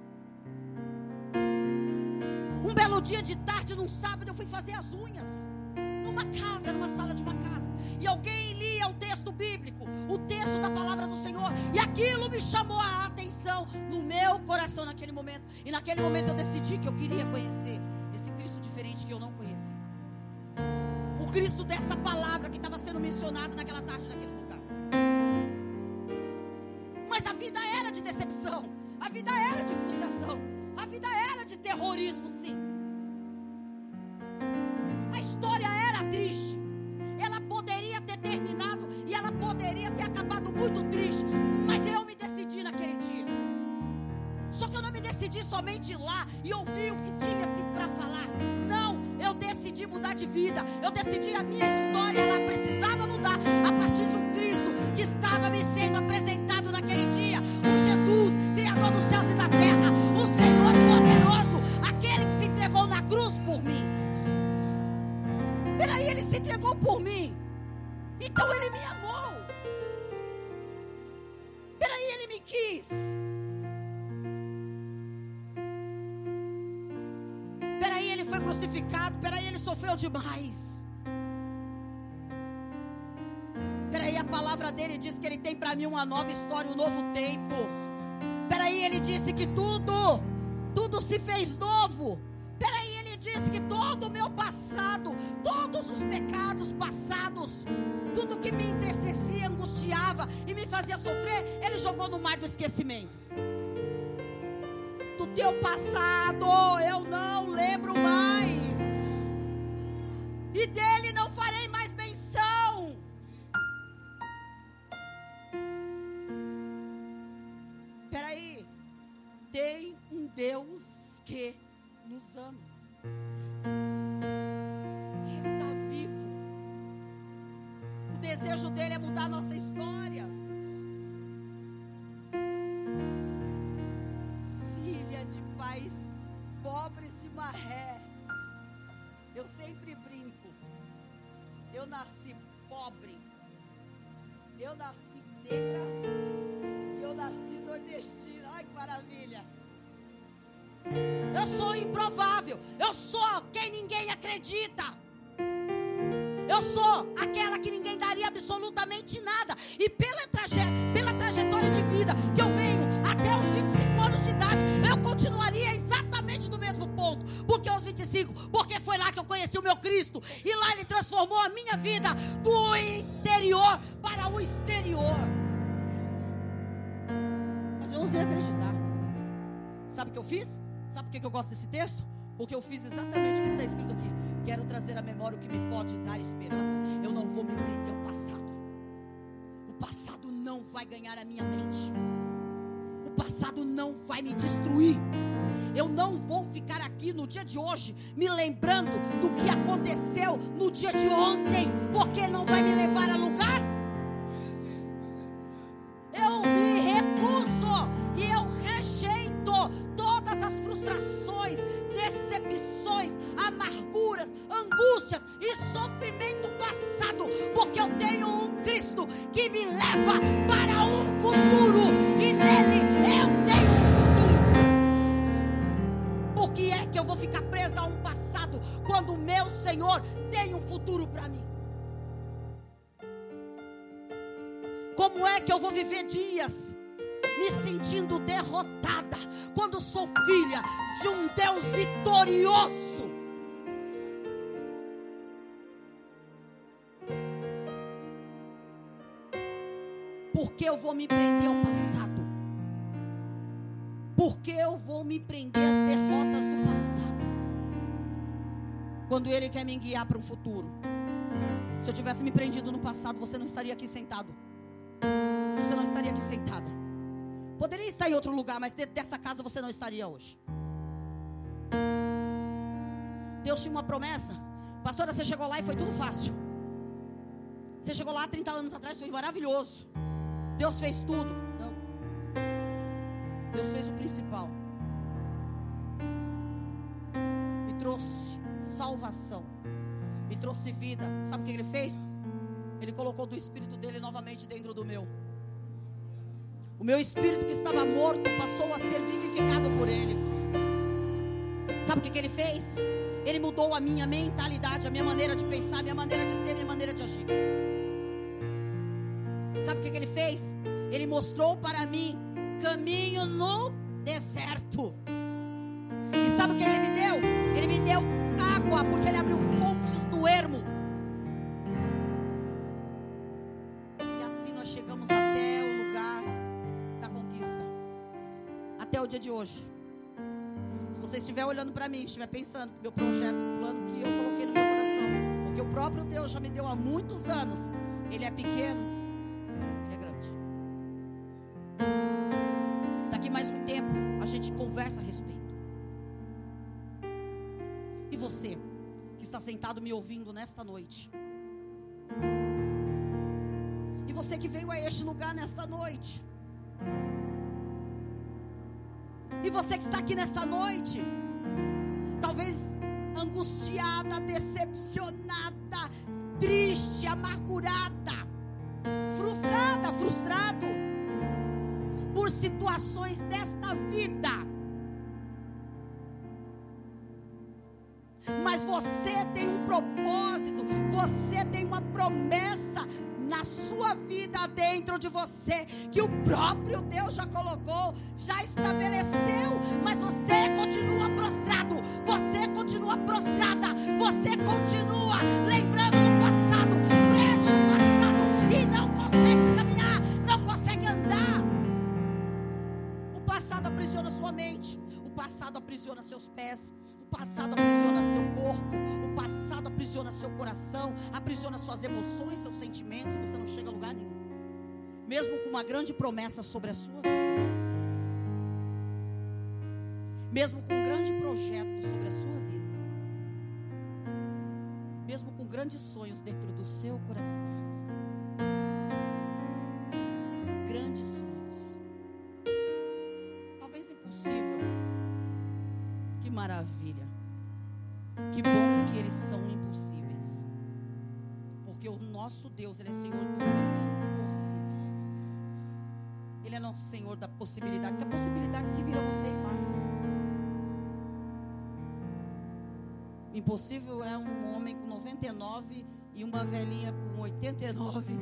Um belo dia de tarde, num sábado, eu fui fazer as unhas. Numa casa, numa sala de uma casa. E alguém lia o texto bíblico, o texto da palavra do Senhor. E aquilo me chamou a atenção no meu coração naquele momento. E naquele momento eu decidi que eu queria conhecer esse Cristo diferente que eu não conhecia. O Cristo dessa palavra que estava sendo mencionada naquela tarde, naquele lugar. Mas a vida era de decepção. A vida era de frustração. A vida era de terrorismo, sim. A história era triste. Ela poderia ter terminado e ela poderia ter acabado muito triste. Mas eu me decidi naquele dia. Só que eu não me decidi somente lá e ouvir o que tinha-se para falar. Não, eu decidi mudar de vida. Eu decidi a minha história, ela precisava mudar a partir de um Cristo que estava me sendo apresentado naquele dia. Um Jesus, Criador dos céus e da terra. Um Senhor poderoso, aquele que se entregou na cruz por mim. Peraí, ele se entregou por mim. Então ele me amou. Peraí, ele me quis. Peraí, ele foi crucificado. Peraí, ele sofreu demais. Peraí, a palavra dele diz que ele tem para mim uma nova história, um novo tempo. Peraí, ele disse que tudo se fez novo. Peraí, ele disse que todo o meu passado, todos os pecados passados, tudo que me entristecia, angustiava e me fazia sofrer, ele jogou no mar do esquecimento. Do teu passado eu não lembro mais, e dele não farei mais menção. Peraí, tem um Deus que nos ama. Ele está vivo. O desejo dele é mudar a nossa história. Filha de pais pobres de maré. Eu sempre brinco. Eu nasci pobre. Eu nasci negra. Eu nasci nordestina. Ai, que maravilha. Eu sou improvável. Eu sou quem ninguém acredita. Eu sou aquela que ninguém daria absolutamente nada. E pela trajetória de vida que eu venho até os 25 anos de idade, eu continuaria exatamente no mesmo ponto. Porque aos 25, porque foi lá que eu conheci o meu Cristo. E lá ele transformou a minha vida do interior para o exterior. Mas eu não sei acreditar. Sabe o que eu fiz? Sabe por que eu gosto desse texto? Porque eu fiz exatamente o que está escrito aqui. Quero trazer à memória o que me pode dar esperança. Eu não vou me prender ao passado. O passado não vai ganhar a minha mente. O passado não vai me destruir. Eu não vou ficar aqui no dia de hoje me lembrando do que aconteceu no dia de ontem, porque não vai me levar a lugar. Eu me recuso e eu rejeito todas as frustrações, decepções, amarguras, angústias e sofrimento passado, porque eu tenho um Cristo que me leva para um futuro, e nele eu tenho um futuro. Por que é que eu vou ficar presa a um passado quando o meu Senhor tem um futuro para mim? Como é que eu vou viver dias me sentindo derrotada quando sou filha de um Deus vitorioso? Porque eu vou me prender ao passado? Porque eu vou me prender às derrotas do passado? Quando Ele quer me guiar para um futuro. Se eu tivesse me prendido no passado, você não estaria aqui sentado. Você não estaria aqui sentada. Poderia estar em outro lugar, mas dentro dessa casa você não estaria hoje. Deus tinha uma promessa. Pastora, você chegou lá e foi tudo fácil. Você chegou lá 30 anos atrás, foi maravilhoso. Deus fez tudo. Não. Deus fez o principal. Me trouxe salvação. Me trouxe vida. Sabe o que Ele fez? Ele colocou do Espírito dele novamente dentro do meu. O meu espírito que estava morto passou a ser vivificado por Ele. Sabe o que Ele fez? Ele mudou a minha mentalidade, a minha maneira de pensar, a minha maneira de ser, a minha maneira de agir. Sabe o que Ele fez? Ele mostrou para mim caminho no deserto. E sabe o que Ele me deu? Ele me deu água, porque Ele abriu fontes no ermo. E assim nós chegamos até o lugar da conquista. Até o dia de hoje. Se você estiver olhando para mim, estiver pensando que meu projeto, o plano que eu coloquei no meu coração, porque o próprio Deus já me deu há muitos anos, Ele é pequeno, Ele é grande. Daqui mais um tempo, a gente conversa a respeito. E você, que está sentado me ouvindo nesta noite, e você que veio a este lugar nesta noite, e você que está aqui nesta noite, talvez angustiada, decepcionada, triste, amargurada, frustrado por situações desta vida. Mas você tem um propósito, você tem uma promessa na sua vida dentro de você, que o próprio Deus já colocou, já estabeleceu, mas você continua prostrado, você continua prostrada, você continua lembrando do passado, preso no passado, e não consegue caminhar, não consegue andar. O passado aprisiona sua mente, o passado aprisiona seus pés, o passado aprisiona seu corpo, o passado aprisiona seu coração, aprisiona suas emoções, seus sentimentos, você não chega a lugar nenhum. Mesmo com uma grande promessa sobre a sua vida, mesmo com um grande projeto sobre a sua vida, mesmo com grandes sonhos dentro do seu coração, grandes sonhos, talvez impossível. Que maravilha, que bom que eles são impossíveis, porque o nosso Deus, Ele é Senhor do impossível. Ele é nosso Senhor da possibilidade, porque a possibilidade se vira você e faça. Impossível é um homem com 99 e uma velhinha com 89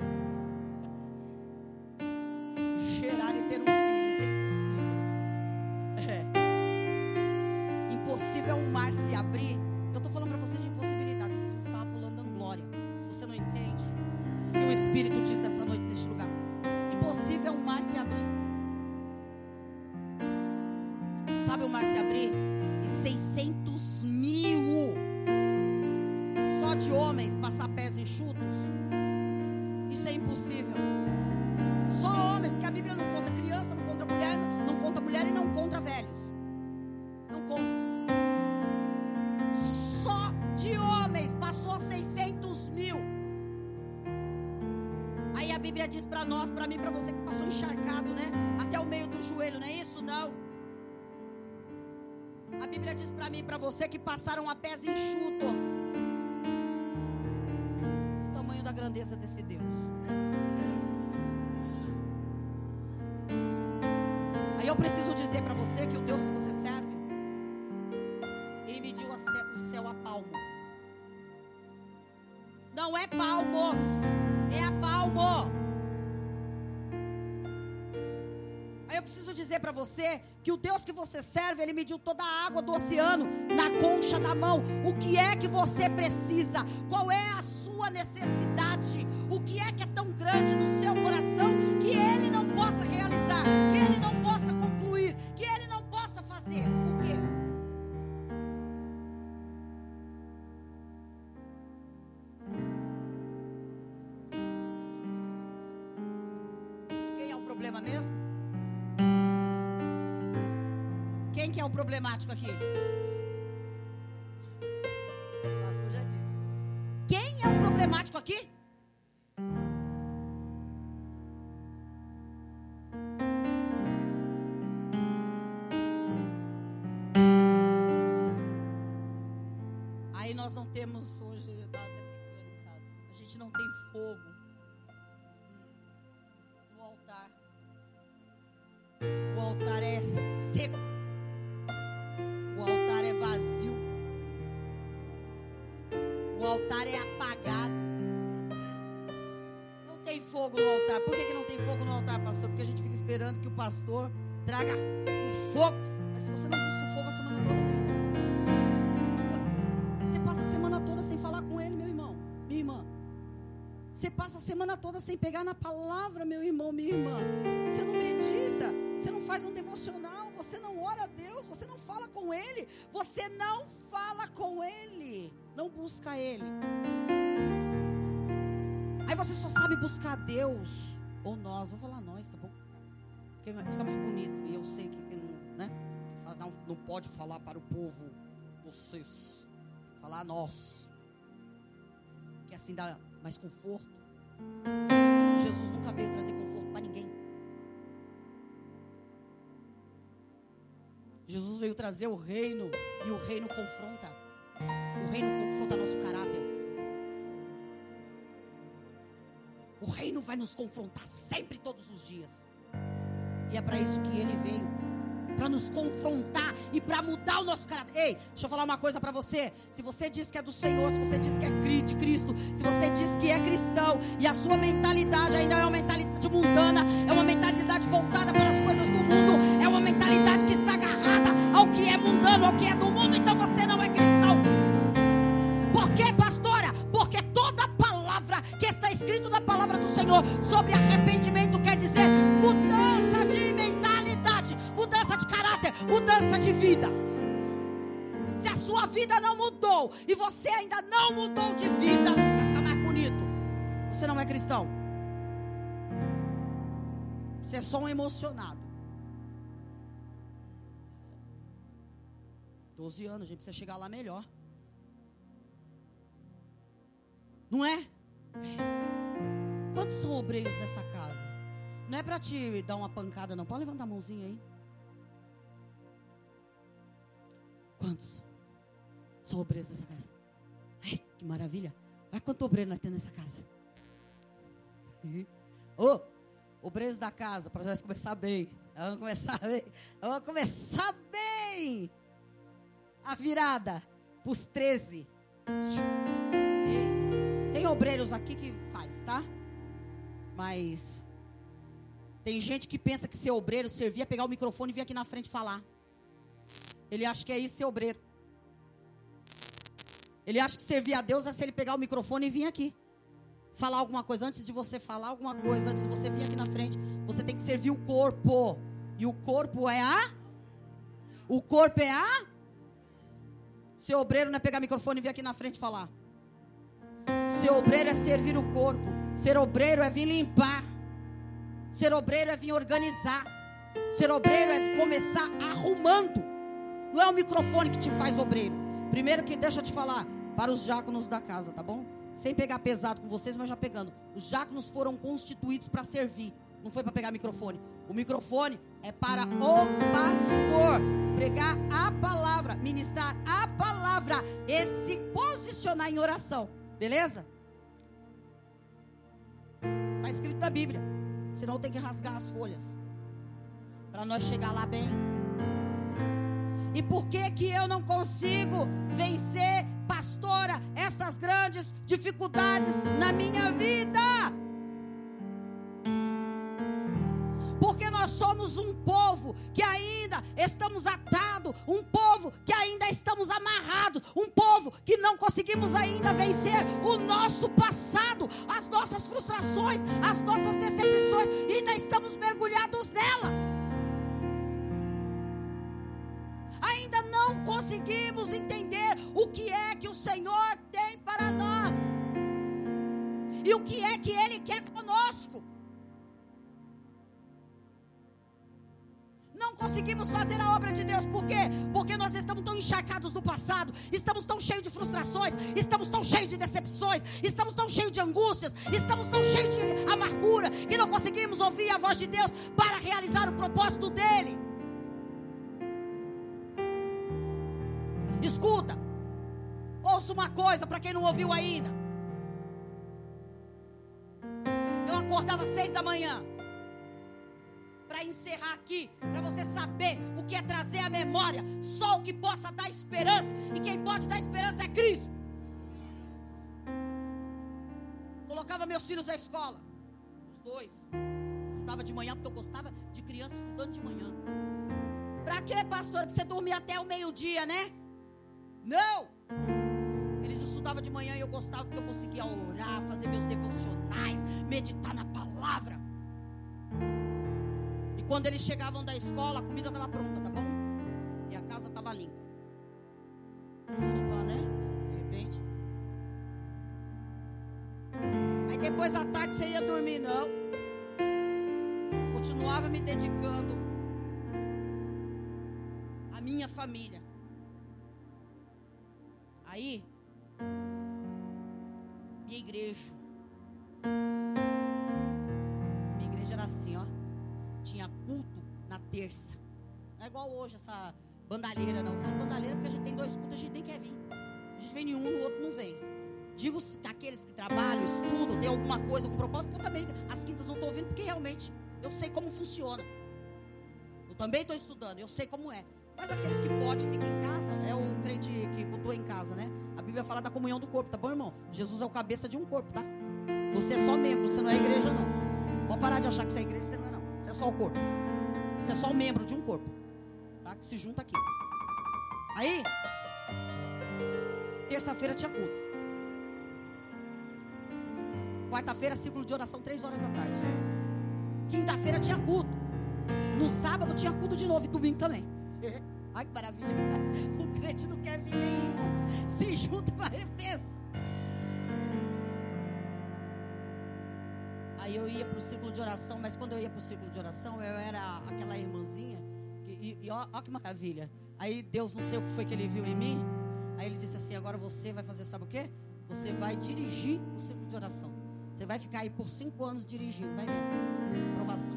gerar e ter um filho. Isso é impossível. Impossível é um mar se abrir. Eu estou falando para você de impossibilidade, porque se você estava pulando dando glória, se você não entende o que o Espírito diz nessa noite neste lugar, impossível é um mar se abrir. Sabe o mar se abrir? E 600 mil só de homens passar pés enxutos. Isso é impossível. Só homens, porque a Bíblia não conta criança, não conta mulher, não conta mulher e não conta velhos. Não conta. Só de homens passou 600 mil. Aí a Bíblia diz para nós, para mim, para você, que passou encharcado, né? Até o meio do joelho, não é isso? Não. A Bíblia diz para mim e para você que passaram a pés enxutos. O tamanho da grandeza desse Deus. Aí eu preciso dizer para você que o Deus que você serve, Ele mediu o céu a palmo. Não é palmos, é a palmo. Aí eu preciso dizer para você que o Deus que você serve, Ele mediu toda a água do oceano na concha da mão. O que é que você precisa? Qual é a sua necessidade? O que é tão grande no seu coração que Ele não possa realizar, que Ele não possa concluir, que Ele não possa fazer? O quê? De quem é o problema mesmo? Quem que é o problemático aqui? O pastor já disse. Quem é o problemático aqui? Aí nós não temos hoje, eu estava até brincando em casa, a gente não tem fogo no altar. O altar é seco. O altar é vazio. O altar é apagado. Não tem fogo no altar. Por que não tem fogo no altar, pastor? Porque a gente fica esperando que o pastor traga o fogo. Mas se você não busca o fogo a semana toda, meu irmão, você passa a semana toda sem falar com ele, meu irmão, minha irmã. Você passa a semana toda sem pegar na palavra, meu irmão, minha irmã. Você não medita, você não faz um devocional, você não ora a Deus, você não fala com Ele. Você não fala com Ele, não busca Ele. Aí você só sabe buscar Deus, ou nós, vou falar nós, tá bom? Porque fica mais bonito, e eu sei que tem um, né? Que faz, não pode falar para o povo, vocês, falar a nós. Que assim dá mais conforto. Jesus nunca veio trazer conforto para ninguém. Jesus veio trazer o reino, e o reino confronta. O reino confronta nosso caráter. O reino vai nos confrontar sempre, todos os dias. E é para isso que ele veio. Para nos confrontar e para mudar o nosso caráter. Ei, deixa eu falar uma coisa para você. Se você diz que é do Senhor, se você diz que é de Cristo, se você diz que é cristão e a sua mentalidade ainda é uma mentalidade mundana, é uma mentalidade voltada para as coisas do mundo, é uma mentalidade que está agarrada ao que é mundano, ao que é do mundo, então você não é cristão. Por quê, pastora? Porque toda palavra que está escrito na palavra do Senhor sobre arrependimento quer dizer mudança de mentalidade, mudança de caráter, mudança de vida. Se a sua vida não mudou e você ainda não mudou de vida, vai ficar mais bonito, você não é cristão. Você é só um emocionado. 12 anos, a gente precisa chegar lá melhor. Não é? Quantos são obreiros nessa casa? Não é para te dar uma pancada, não. Pode levantar a mãozinha aí. Quantos são obreiros nessa casa? Ai, que maravilha. Olha quanto obreiro nós temos nessa casa. Ô, obreiros da casa, para nós começar bem. Vamos começar bem. Vamos começar bem. A virada para os 13. Tem obreiros aqui que faz, tá? Mas tem gente que pensa que ser obreiro servia pegar o microfone e vir aqui na frente falar. Ele acha que é isso ser obreiro. Ele acha que servir a Deus é se ele pegar o microfone e vir aqui falar alguma coisa. Antes de você falar alguma coisa, antes de você vir aqui na frente, você tem que servir o corpo. E o corpo é o corpo é ser obreiro não é pegar o microfone e vir aqui na frente falar. Ser obreiro é servir o corpo. Ser obreiro é vir limpar. Ser obreiro é vir organizar. Ser obreiro é começar arrumando. Não é o microfone que te faz obreiro. Primeiro que deixa eu te falar, para os diáconos da casa, tá bom? Sem pegar pesado com vocês, mas já pegando. Os diáconos foram constituídos para servir. Não foi para pegar microfone. O microfone é para o pastor pregar a palavra, ministrar a palavra e se posicionar em oração. Beleza? Está escrito na Bíblia. Senão tem que rasgar as folhas para nós chegar lá bem. E por que que eu não consigo vencer, pastora, essas grandes dificuldades na minha vida? Porque nós somos um povo que ainda estamos atados, um povo que ainda estamos amarrados, um povo que não conseguimos ainda vencer o nosso passado, as nossas frustrações, as nossas decepções, e ainda estamos mergulhados nela. Ainda não conseguimos entender o que é que o Senhor tem para nós e o que é que Ele quer conosco. Não conseguimos conseguimos fazer a obra de Deus. Por quê? Porque nós estamos tão encharcados do passado, estamos tão cheios de frustrações, estamos tão cheios de decepções, estamos tão cheios de angústias, estamos tão cheios de amargura, que não conseguimos ouvir a voz de Deus para realizar o propósito dele. Escuta, ouça uma coisa para quem não ouviu ainda. Eu acordava às 6 da manhã para encerrar aqui, para você saber o que é trazer à memória só o que possa dar esperança, e quem pode dar esperança é Cristo. Colocava meus filhos na escola, os dois. Estudava de manhã porque eu gostava de criança estudando de manhã. Para quê, pastor? Para você dormir até o meio-dia, né? Não! Eles estudavam de manhã e eu gostava porque eu conseguia orar, fazer meus devocionais, meditar na palavra. E quando eles chegavam da escola, a comida estava pronta, tá bom? E a casa estava limpa. Só, né? De repente. Aí depois à tarde você ia dormir, não. Continuava me dedicando à minha família. Aí, minha igreja era assim, ó. Tinha culto na terça. Não é igual hoje essa bandalheira, não. Eu falo bandalheira porque a gente tem 2 cultos, a gente nem quer vir. A gente vem em um, no outro não vem. Digo que aqueles que trabalham, estudam, tem alguma coisa, algum propósito, eu também, as quintas não estou vindo, porque realmente eu sei como funciona. Eu também estou estudando, eu sei como é. Mas aqueles que podem ficar em casa, é o crente que cultua em casa, né? A Bíblia fala da comunhão do corpo, tá bom, irmão? Jesus é o cabeça de um corpo, tá? Você é só membro, você não é igreja, não. Pode parar de achar que você é igreja, você não é, não. Você é só o corpo. Você é só um membro de um corpo, tá? Que se junta aqui. Aí, terça-feira tinha culto. Quarta-feira, círculo de oração, 3 horas da tarde. Quinta-feira tinha culto. No sábado tinha culto de novo e domingo também. Ai, que maravilha. O crente não quer vir nenhum. Se junta para a refeição. Aí eu ia para o círculo de oração. Mas quando eu ia para o círculo de oração, eu era aquela irmãzinha e ó que maravilha. Aí Deus, não sei o que foi que ele viu em mim. Aí ele disse assim: agora você vai fazer, sabe o quê? Você vai dirigir o círculo de oração. Você vai ficar aí por 5 anos dirigindo. Vai ver. Aprovação.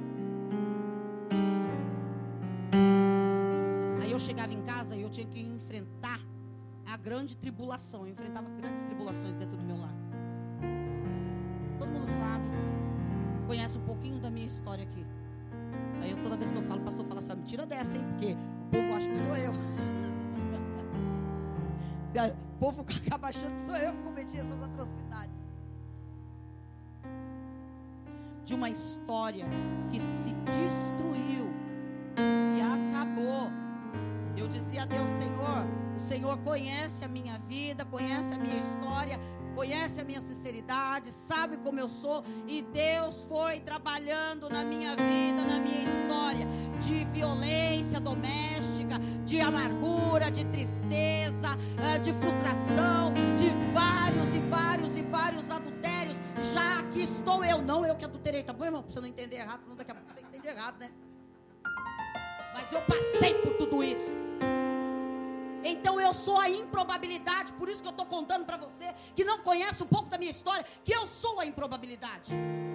Eu chegava em casa e eu tinha que enfrentar a grande tribulação. Eu enfrentava grandes tribulações dentro do meu lar. Todo mundo sabe, conhece um pouquinho da minha história aqui. Aí eu, toda vez que eu falo, o pastor fala assim: ó, me tira dessa, hein? Porque o povo acha que sou eu. O povo acaba achando que sou eu que cometi essas atrocidades. De uma história que se destruiu, que acabou. Eu dizia a Deus: Senhor, o Senhor conhece a minha vida, conhece a minha história, conhece a minha sinceridade, sabe como eu sou. E Deus foi trabalhando na minha vida, na minha história, de violência doméstica, de amargura, de tristeza, de frustração, de vários adultérios. Já aqui estou eu, não eu que adulterei, tá bom, irmão? Pra você não entender errado, senão daqui a pouco você entende errado, né? Mas eu passei por tudo isso. Então eu sou a improbabilidade. Por isso que eu estou contando para você que não conhece um pouco da minha história, que eu sou a improbabilidade.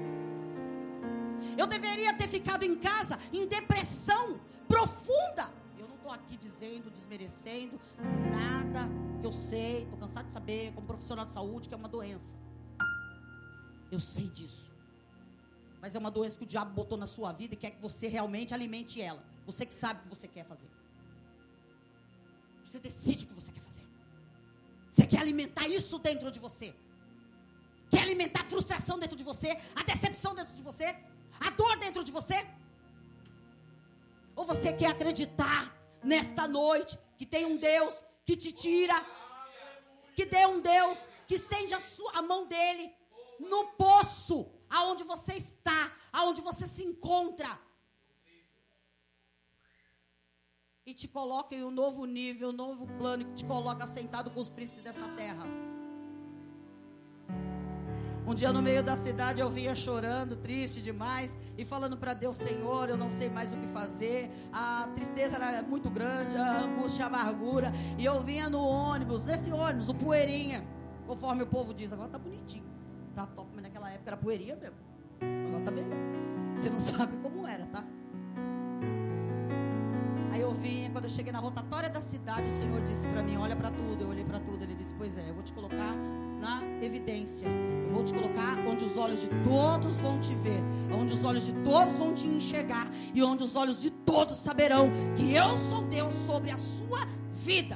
Eu deveria ter ficado em casa em depressão profunda. Eu não estou aqui dizendo, desmerecendo nada que eu sei. Estou cansado de saber, como profissional de saúde, que é uma doença. Eu sei disso. Mas é uma doença que o diabo botou na sua vida e quer que você realmente alimente ela. Você que sabe o que você quer fazer. Você decide o que você quer fazer. Você quer alimentar isso dentro de você. Quer alimentar a frustração dentro de você, a decepção dentro de você, a dor dentro de você? Ou você quer acreditar nesta noite que tem um Deus que te tira, que tem um Deus que estende a mão dele no poço aonde você está, aonde você se encontra, e te coloca em um novo nível, um novo plano, que te coloca sentado com os príncipes dessa terra. Um dia no meio da cidade eu vinha chorando, triste demais, e falando para Deus: Senhor, eu não sei mais o que fazer. A tristeza era muito grande, a angústia, a amargura. E eu vinha no ônibus, nesse ônibus, o poeirinha, conforme o povo diz. Agora tá bonitinho, tá top, mas naquela época era poeirinha mesmo. Agora tá melhor. Você não sabe como era, tá? Aí eu vinha, quando eu cheguei na rotatória da cidade, o Senhor disse para mim: olha para tudo. Eu olhei para tudo. Ele disse: pois é, eu vou te colocar na evidência. Eu vou te colocar onde os olhos de todos vão te ver, onde os olhos de todos vão te enxergar, e onde os olhos de todos saberão que eu sou Deus sobre a sua vida.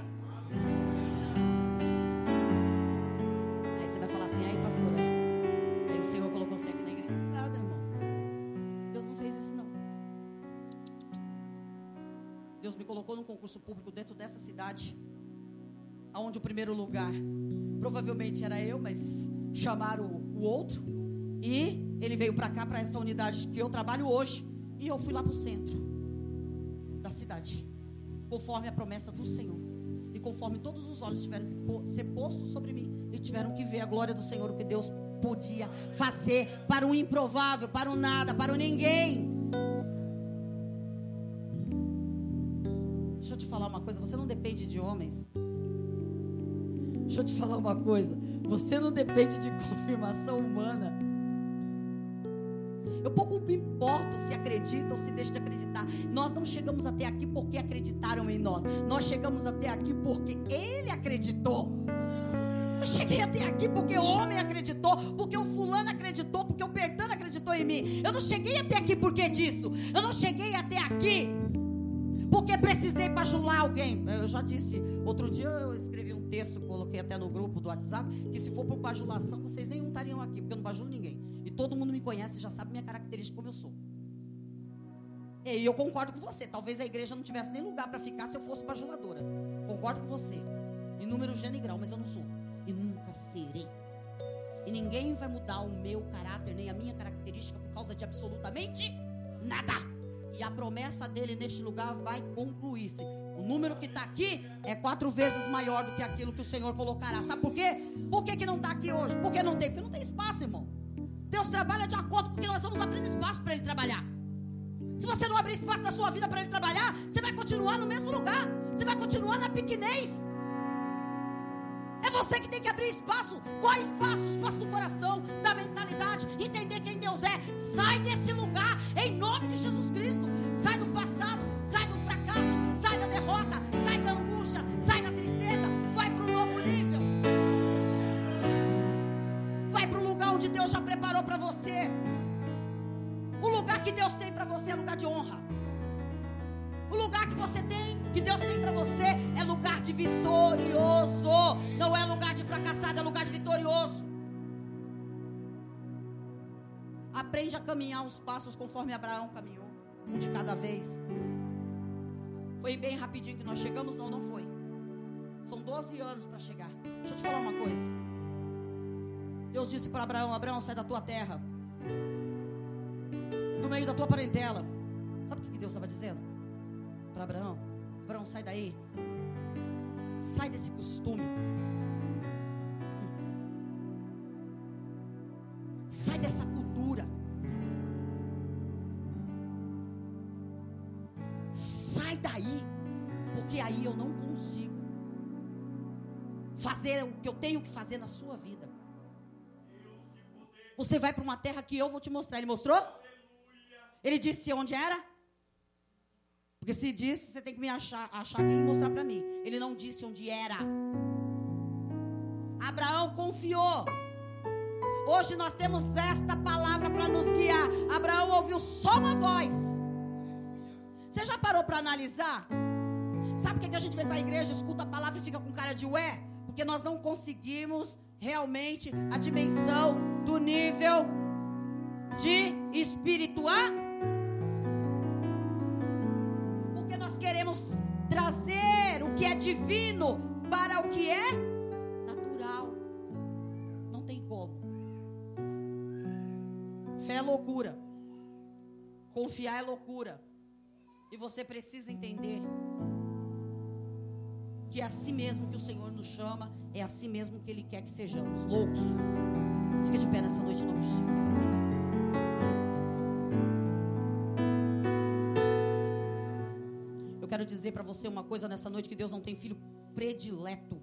Aí você vai falar assim: aí pastora, aí o Senhor colocou você aqui na igreja. Nada, irmão, Deus não fez isso não. Deus me colocou num concurso público dentro dessa cidade, onde o primeiro lugar provavelmente era eu, mas chamaram o outro, e ele veio para cá, para essa unidade que eu trabalho hoje, e eu fui lá para o centro da cidade, conforme a promessa do Senhor, e conforme todos os olhos tiveram que ser postos sobre mim, e tiveram que ver a glória do Senhor, o que Deus podia fazer para o improvável, para o nada, para o ninguém. Deixa eu te falar uma coisa: você não depende de homens. Deixa eu te falar uma coisa: você não depende de confirmação humana. Eu pouco me importo se acredita ou se deixa de acreditar. Nós não chegamos até aqui porque acreditaram em nós. Nós chegamos até aqui porque Ele acreditou. Eu cheguei até aqui porque o homem acreditou, porque o fulano acreditou, porque o Bertano acreditou em mim. Eu não cheguei até aqui porque disso. Eu não cheguei até aqui porque precisei bajular alguém. Eu já disse, outro dia eu escrevi um texto, coloquei até no grupo do WhatsApp, que se for por bajulação, vocês nem estariam aqui, porque eu não bajulo ninguém. E todo mundo me conhece, já sabe minha característica, como eu sou. E eu concordo com você, talvez a igreja não tivesse nem lugar para ficar se eu fosse bajuladora. Concordo com você, em número, gênero e grau, mas eu não sou. E nunca serei. E ninguém vai mudar o meu caráter, nem a minha característica, por causa de absolutamente nada. E a promessa dele neste lugar vai concluir-se. O número que está aqui é 4 vezes maior do que aquilo que o Senhor colocará. Sabe por quê? Por que não está aqui hoje? Por que não tem? Porque não tem espaço, irmão. Deus trabalha de acordo com o que nós vamos abrindo espaço para Ele trabalhar. Se você não abrir espaço na sua vida para Ele trabalhar, você vai continuar no mesmo lugar. Você vai continuar na pequenez. É você que tem que abrir espaço. Qual é espaço? O espaço do coração, da mentalidade, entender quem Deus é. Sai desse lugar em nome de Jesus Cristo. Sai do passado, sai do fracasso, sai da derrota, sai da angústia, sai da tristeza. Vai para um novo nível. Vai para o lugar onde Deus já preparou para você. O lugar que Deus tem para você é lugar de honra. O lugar que você tem, que Deus tem para você, é lugar de vitorioso. Não é lugar de fracassado, é lugar de vitorioso. Aprende a caminhar os passos conforme Abraão caminhou, um de cada vez. Foi bem rapidinho que nós chegamos? Não foi. São 12 anos para chegar. Deixa eu te falar uma coisa. Deus disse para Abraão: Abraão, sai da tua terra, do meio da tua parentela. Sabe o que Deus estava dizendo para Abraão? Abraão, sai daí. Sai desse costume. Sai dessa cultura. Sai daí. Porque aí eu não consigo fazer o que eu tenho que fazer na sua vida. Você vai para uma terra que eu vou te mostrar. Ele mostrou? Ele disse onde era? Porque se disse, você tem que me achar quem e mostrar para mim. Ele não disse onde era. Abraão confiou. Hoje nós temos esta palavra para nos guiar. Abraão ouviu só uma voz. Você já parou para analisar? Sabe por que a gente vem para a igreja, escuta a palavra e fica com cara de ué? Porque nós não conseguimos realmente a dimensão do nível de espiritual. Queremos trazer o que é divino para o que é natural. Não tem como. Fé é loucura. Confiar é loucura. E você precisa entender que é assim mesmo que o Senhor nos chama, é assim mesmo que Ele quer que sejamos loucos. Fica de pé nessa noite em nome de Jesus. Eu quero dizer para você uma coisa nessa noite, que Deus não tem filho predileto.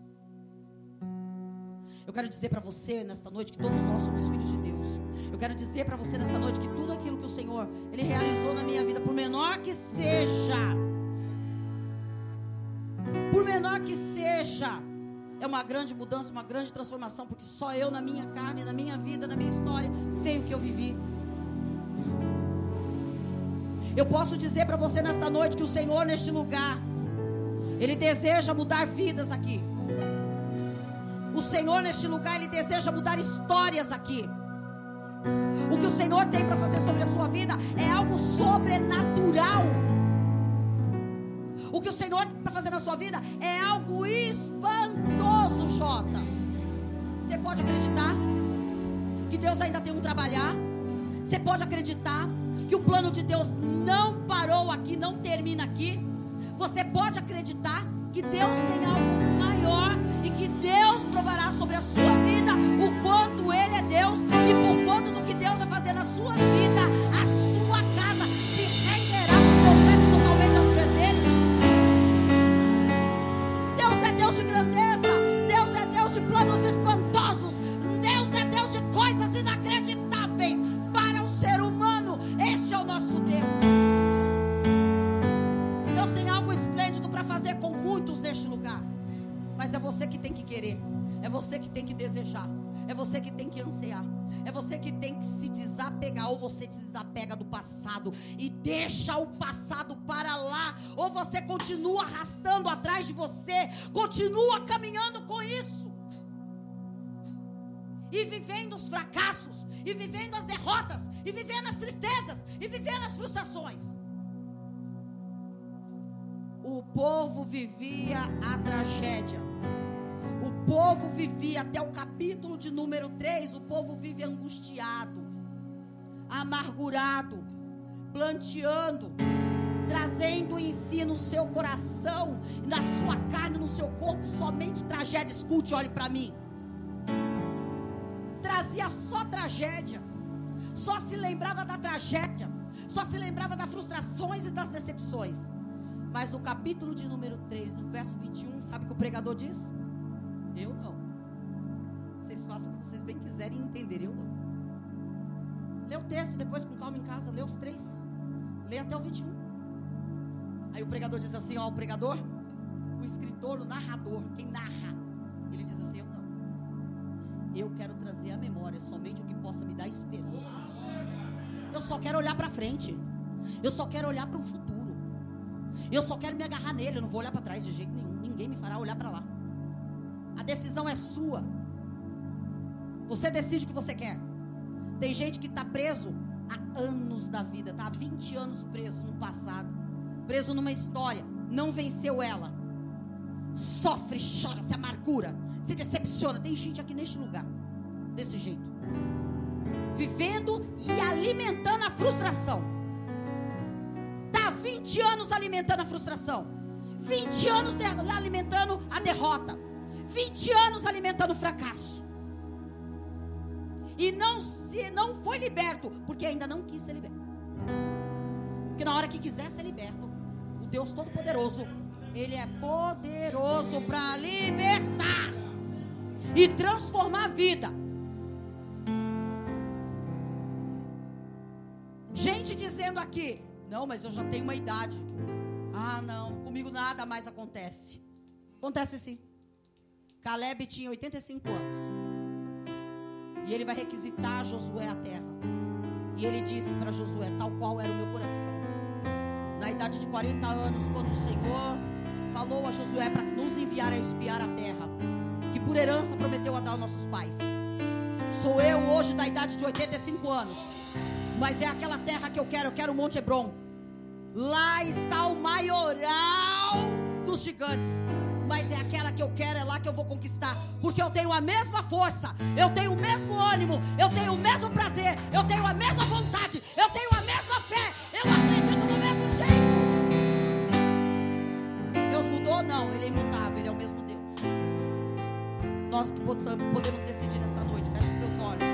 Eu quero dizer para você nessa noite que todos nós somos filhos de Deus. Eu quero dizer para você nessa noite que tudo aquilo que o Senhor, Ele realizou na minha vida, por menor que seja, é uma grande mudança, uma grande transformação, porque só eu na minha carne, na minha vida, na minha história, sei o que eu vivi. Eu posso dizer para você nesta noite que o Senhor neste lugar, Ele deseja mudar vidas aqui. O Senhor neste lugar, Ele deseja mudar histórias aqui. O que o Senhor tem para fazer sobre a sua vida é algo sobrenatural. O que o Senhor tem para fazer na sua vida é algo espantoso, Jota. Você pode acreditar que Deus ainda tem um trabalhar? Você pode acreditar que o plano de Deus não parou aqui, não termina aqui? Você pode acreditar que Deus tem algo maior e que Deus provará sobre a sua vida o quanto Ele é Deus, e por conta do que Deus vai fazer na sua vida, a sua casa se renderá por completo e totalmente aos pés dele. Deus é Deus de grandeza, Deus é Deus de planos espantosos, Deus é Deus de coisas inacreditáveis para o ser humano. Este é o nosso Deus. Deus tem algo esplêndido para fazer com muitos neste lugar, mas é você que tem que querer, é você que tem que desejar, é você que tem que ansiar, é você que tem que se desapegar. Ou você se desapega do passado e deixa o passado para lá, ou você continua arrastando atrás de você, continua caminhando com isso, e vivendo os fracassos, e vivendo as derrotas, e vivendo as tristezas, e vivendo as frustrações. O povo vivia a tragédia. O povo vivia, até o capítulo de número 3, o povo vive angustiado, amargurado, planteando, trazendo em si, no seu coração, na sua carne, no seu corpo, somente tragédia. Escute, olhe para mim. Trazia só tragédia, só se lembrava da tragédia, só se lembrava das frustrações e das decepções. Mas no capítulo de número 3, no verso 21, sabe o que o pregador diz? Eu não. Vocês façam o que vocês bem quiserem entender, eu não. Lê o texto depois com calma em casa, lê os 3. Lê até o 21. Aí o pregador diz assim, ó, o pregador, o escritor, o narrador, quem narra, ele diz assim, eu não. Eu quero trazer à memória somente o que possa me dar esperança. Eu só quero olhar para frente. Eu só quero olhar para o futuro. Eu só quero me agarrar nele, eu não vou olhar para trás de jeito nenhum. Ninguém me fará olhar para lá. A decisão é sua. Você decide o que você quer. Tem gente que está preso há anos da vida, está há 20 anos preso no passado, preso numa história, não venceu ela, sofre, chora, se amargura, se decepciona. Tem gente aqui neste lugar desse jeito, vivendo e alimentando a frustração. Está há 20 anos alimentando a frustração, 20 anos alimentando a derrota, 20 anos alimentando o fracasso. E não foi liberto, porque ainda não quis ser liberto. Porque na hora que quiser ser liberto, o Deus Todo-Poderoso, Ele é poderoso para libertar e transformar a vida. Gente dizendo aqui, não, mas eu já tenho uma idade. Ah, não, comigo nada mais acontece. Acontece sim. Caleb tinha 85 anos. E ele vai requisitar a Josué a terra. E ele disse para Josué, tal qual era o meu coração. Na idade de 40 anos, quando o Senhor falou a Josué para nos enviar a espiar a terra, que por herança prometeu a dar aos nossos pais. Sou eu hoje da idade de 85 anos. Mas é aquela terra que eu quero o Monte Hebron. Lá está o maioral dos gigantes. Mas é aquela que eu quero, é lá que eu vou conquistar. Porque eu tenho a mesma força, eu tenho o mesmo ânimo, eu tenho o mesmo prazer, eu tenho a mesma vontade, eu tenho a mesma fé, eu acredito do mesmo jeito. Deus mudou? Não, Ele é imutável, Ele é o mesmo Deus. Nós podemos decidir nessa noite, fecha os teus olhos.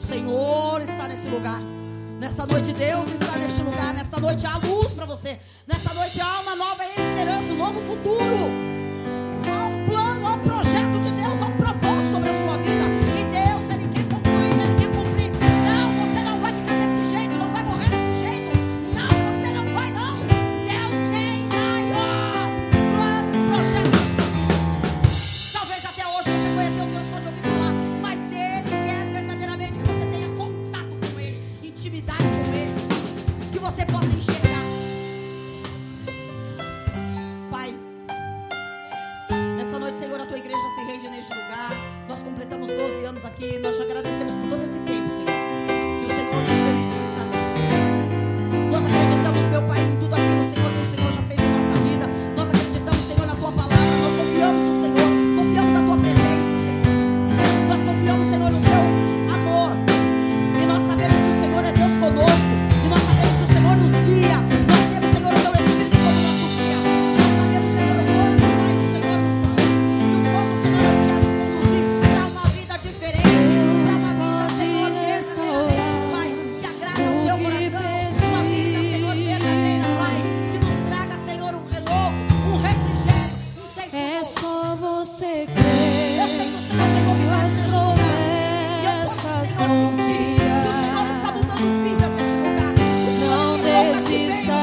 Senhor está nesse lugar. Nessa noite Deus está neste lugar. Nesta noite há luz para você. Nessa noite há uma nova esperança, um novo futuro. Há um plano, há um projeto de Deus, há um propósito sobre a sua vida. E Deus, Ele quer concluir, Ele quer cumprir. Não, você não vai ficar desse jeito, não vai morrer desse jeito. Não, você não vai não. Deus tem maior plano e projeto na sua vida. Talvez até hoje você conheceu Deus só de ouvir falar, mas Ele quer verdadeiramente que você tenha contato com Ele, intimidade com Ele, que você possa enxergar. Pai, nessa noite, Senhor, a tua igreja se rende neste lugar. Nós completamos 12 anos aqui. Nós te agradecemos por todo esse tempo, Senhor, que o Senhor nos permitiu estar aqui. Nós acreditamos, meu Pai, em tudo aquilo, Senhor, que o Senhor já fez em nossa vida. Nós acreditamos, Senhor, na tua palavra. Nós confiamos no Senhor, confiamos na tua presença, Senhor. Nós confiamos, Senhor, no teu amor. E nós sabemos que o Senhor é Deus conosco. E nós sabemos que o Senhor nos guia. Nós temos, Senhor, o teu Espírito como nosso guia. Nós sabemos, Senhor, o quanto, Pai, o Senhor nos ama. E o quanto o Senhor nos quer nos conduzir para uma vida diferente. Para uma vida, Senhor, verdadeiramente, Pai, que agrada o teu coração. Uma vida, Senhor, verdadeira, Pai, que nos traga, Senhor, um renovo, um refrigério, um tempo É novo. só você crer. Eu sei que o Senhor tem novidades As neste lugar. E eu posso, promessas Senhor, sentir que o confia. Senhor está mudando vidas neste lugar. O Senhor Não é quem louca te desista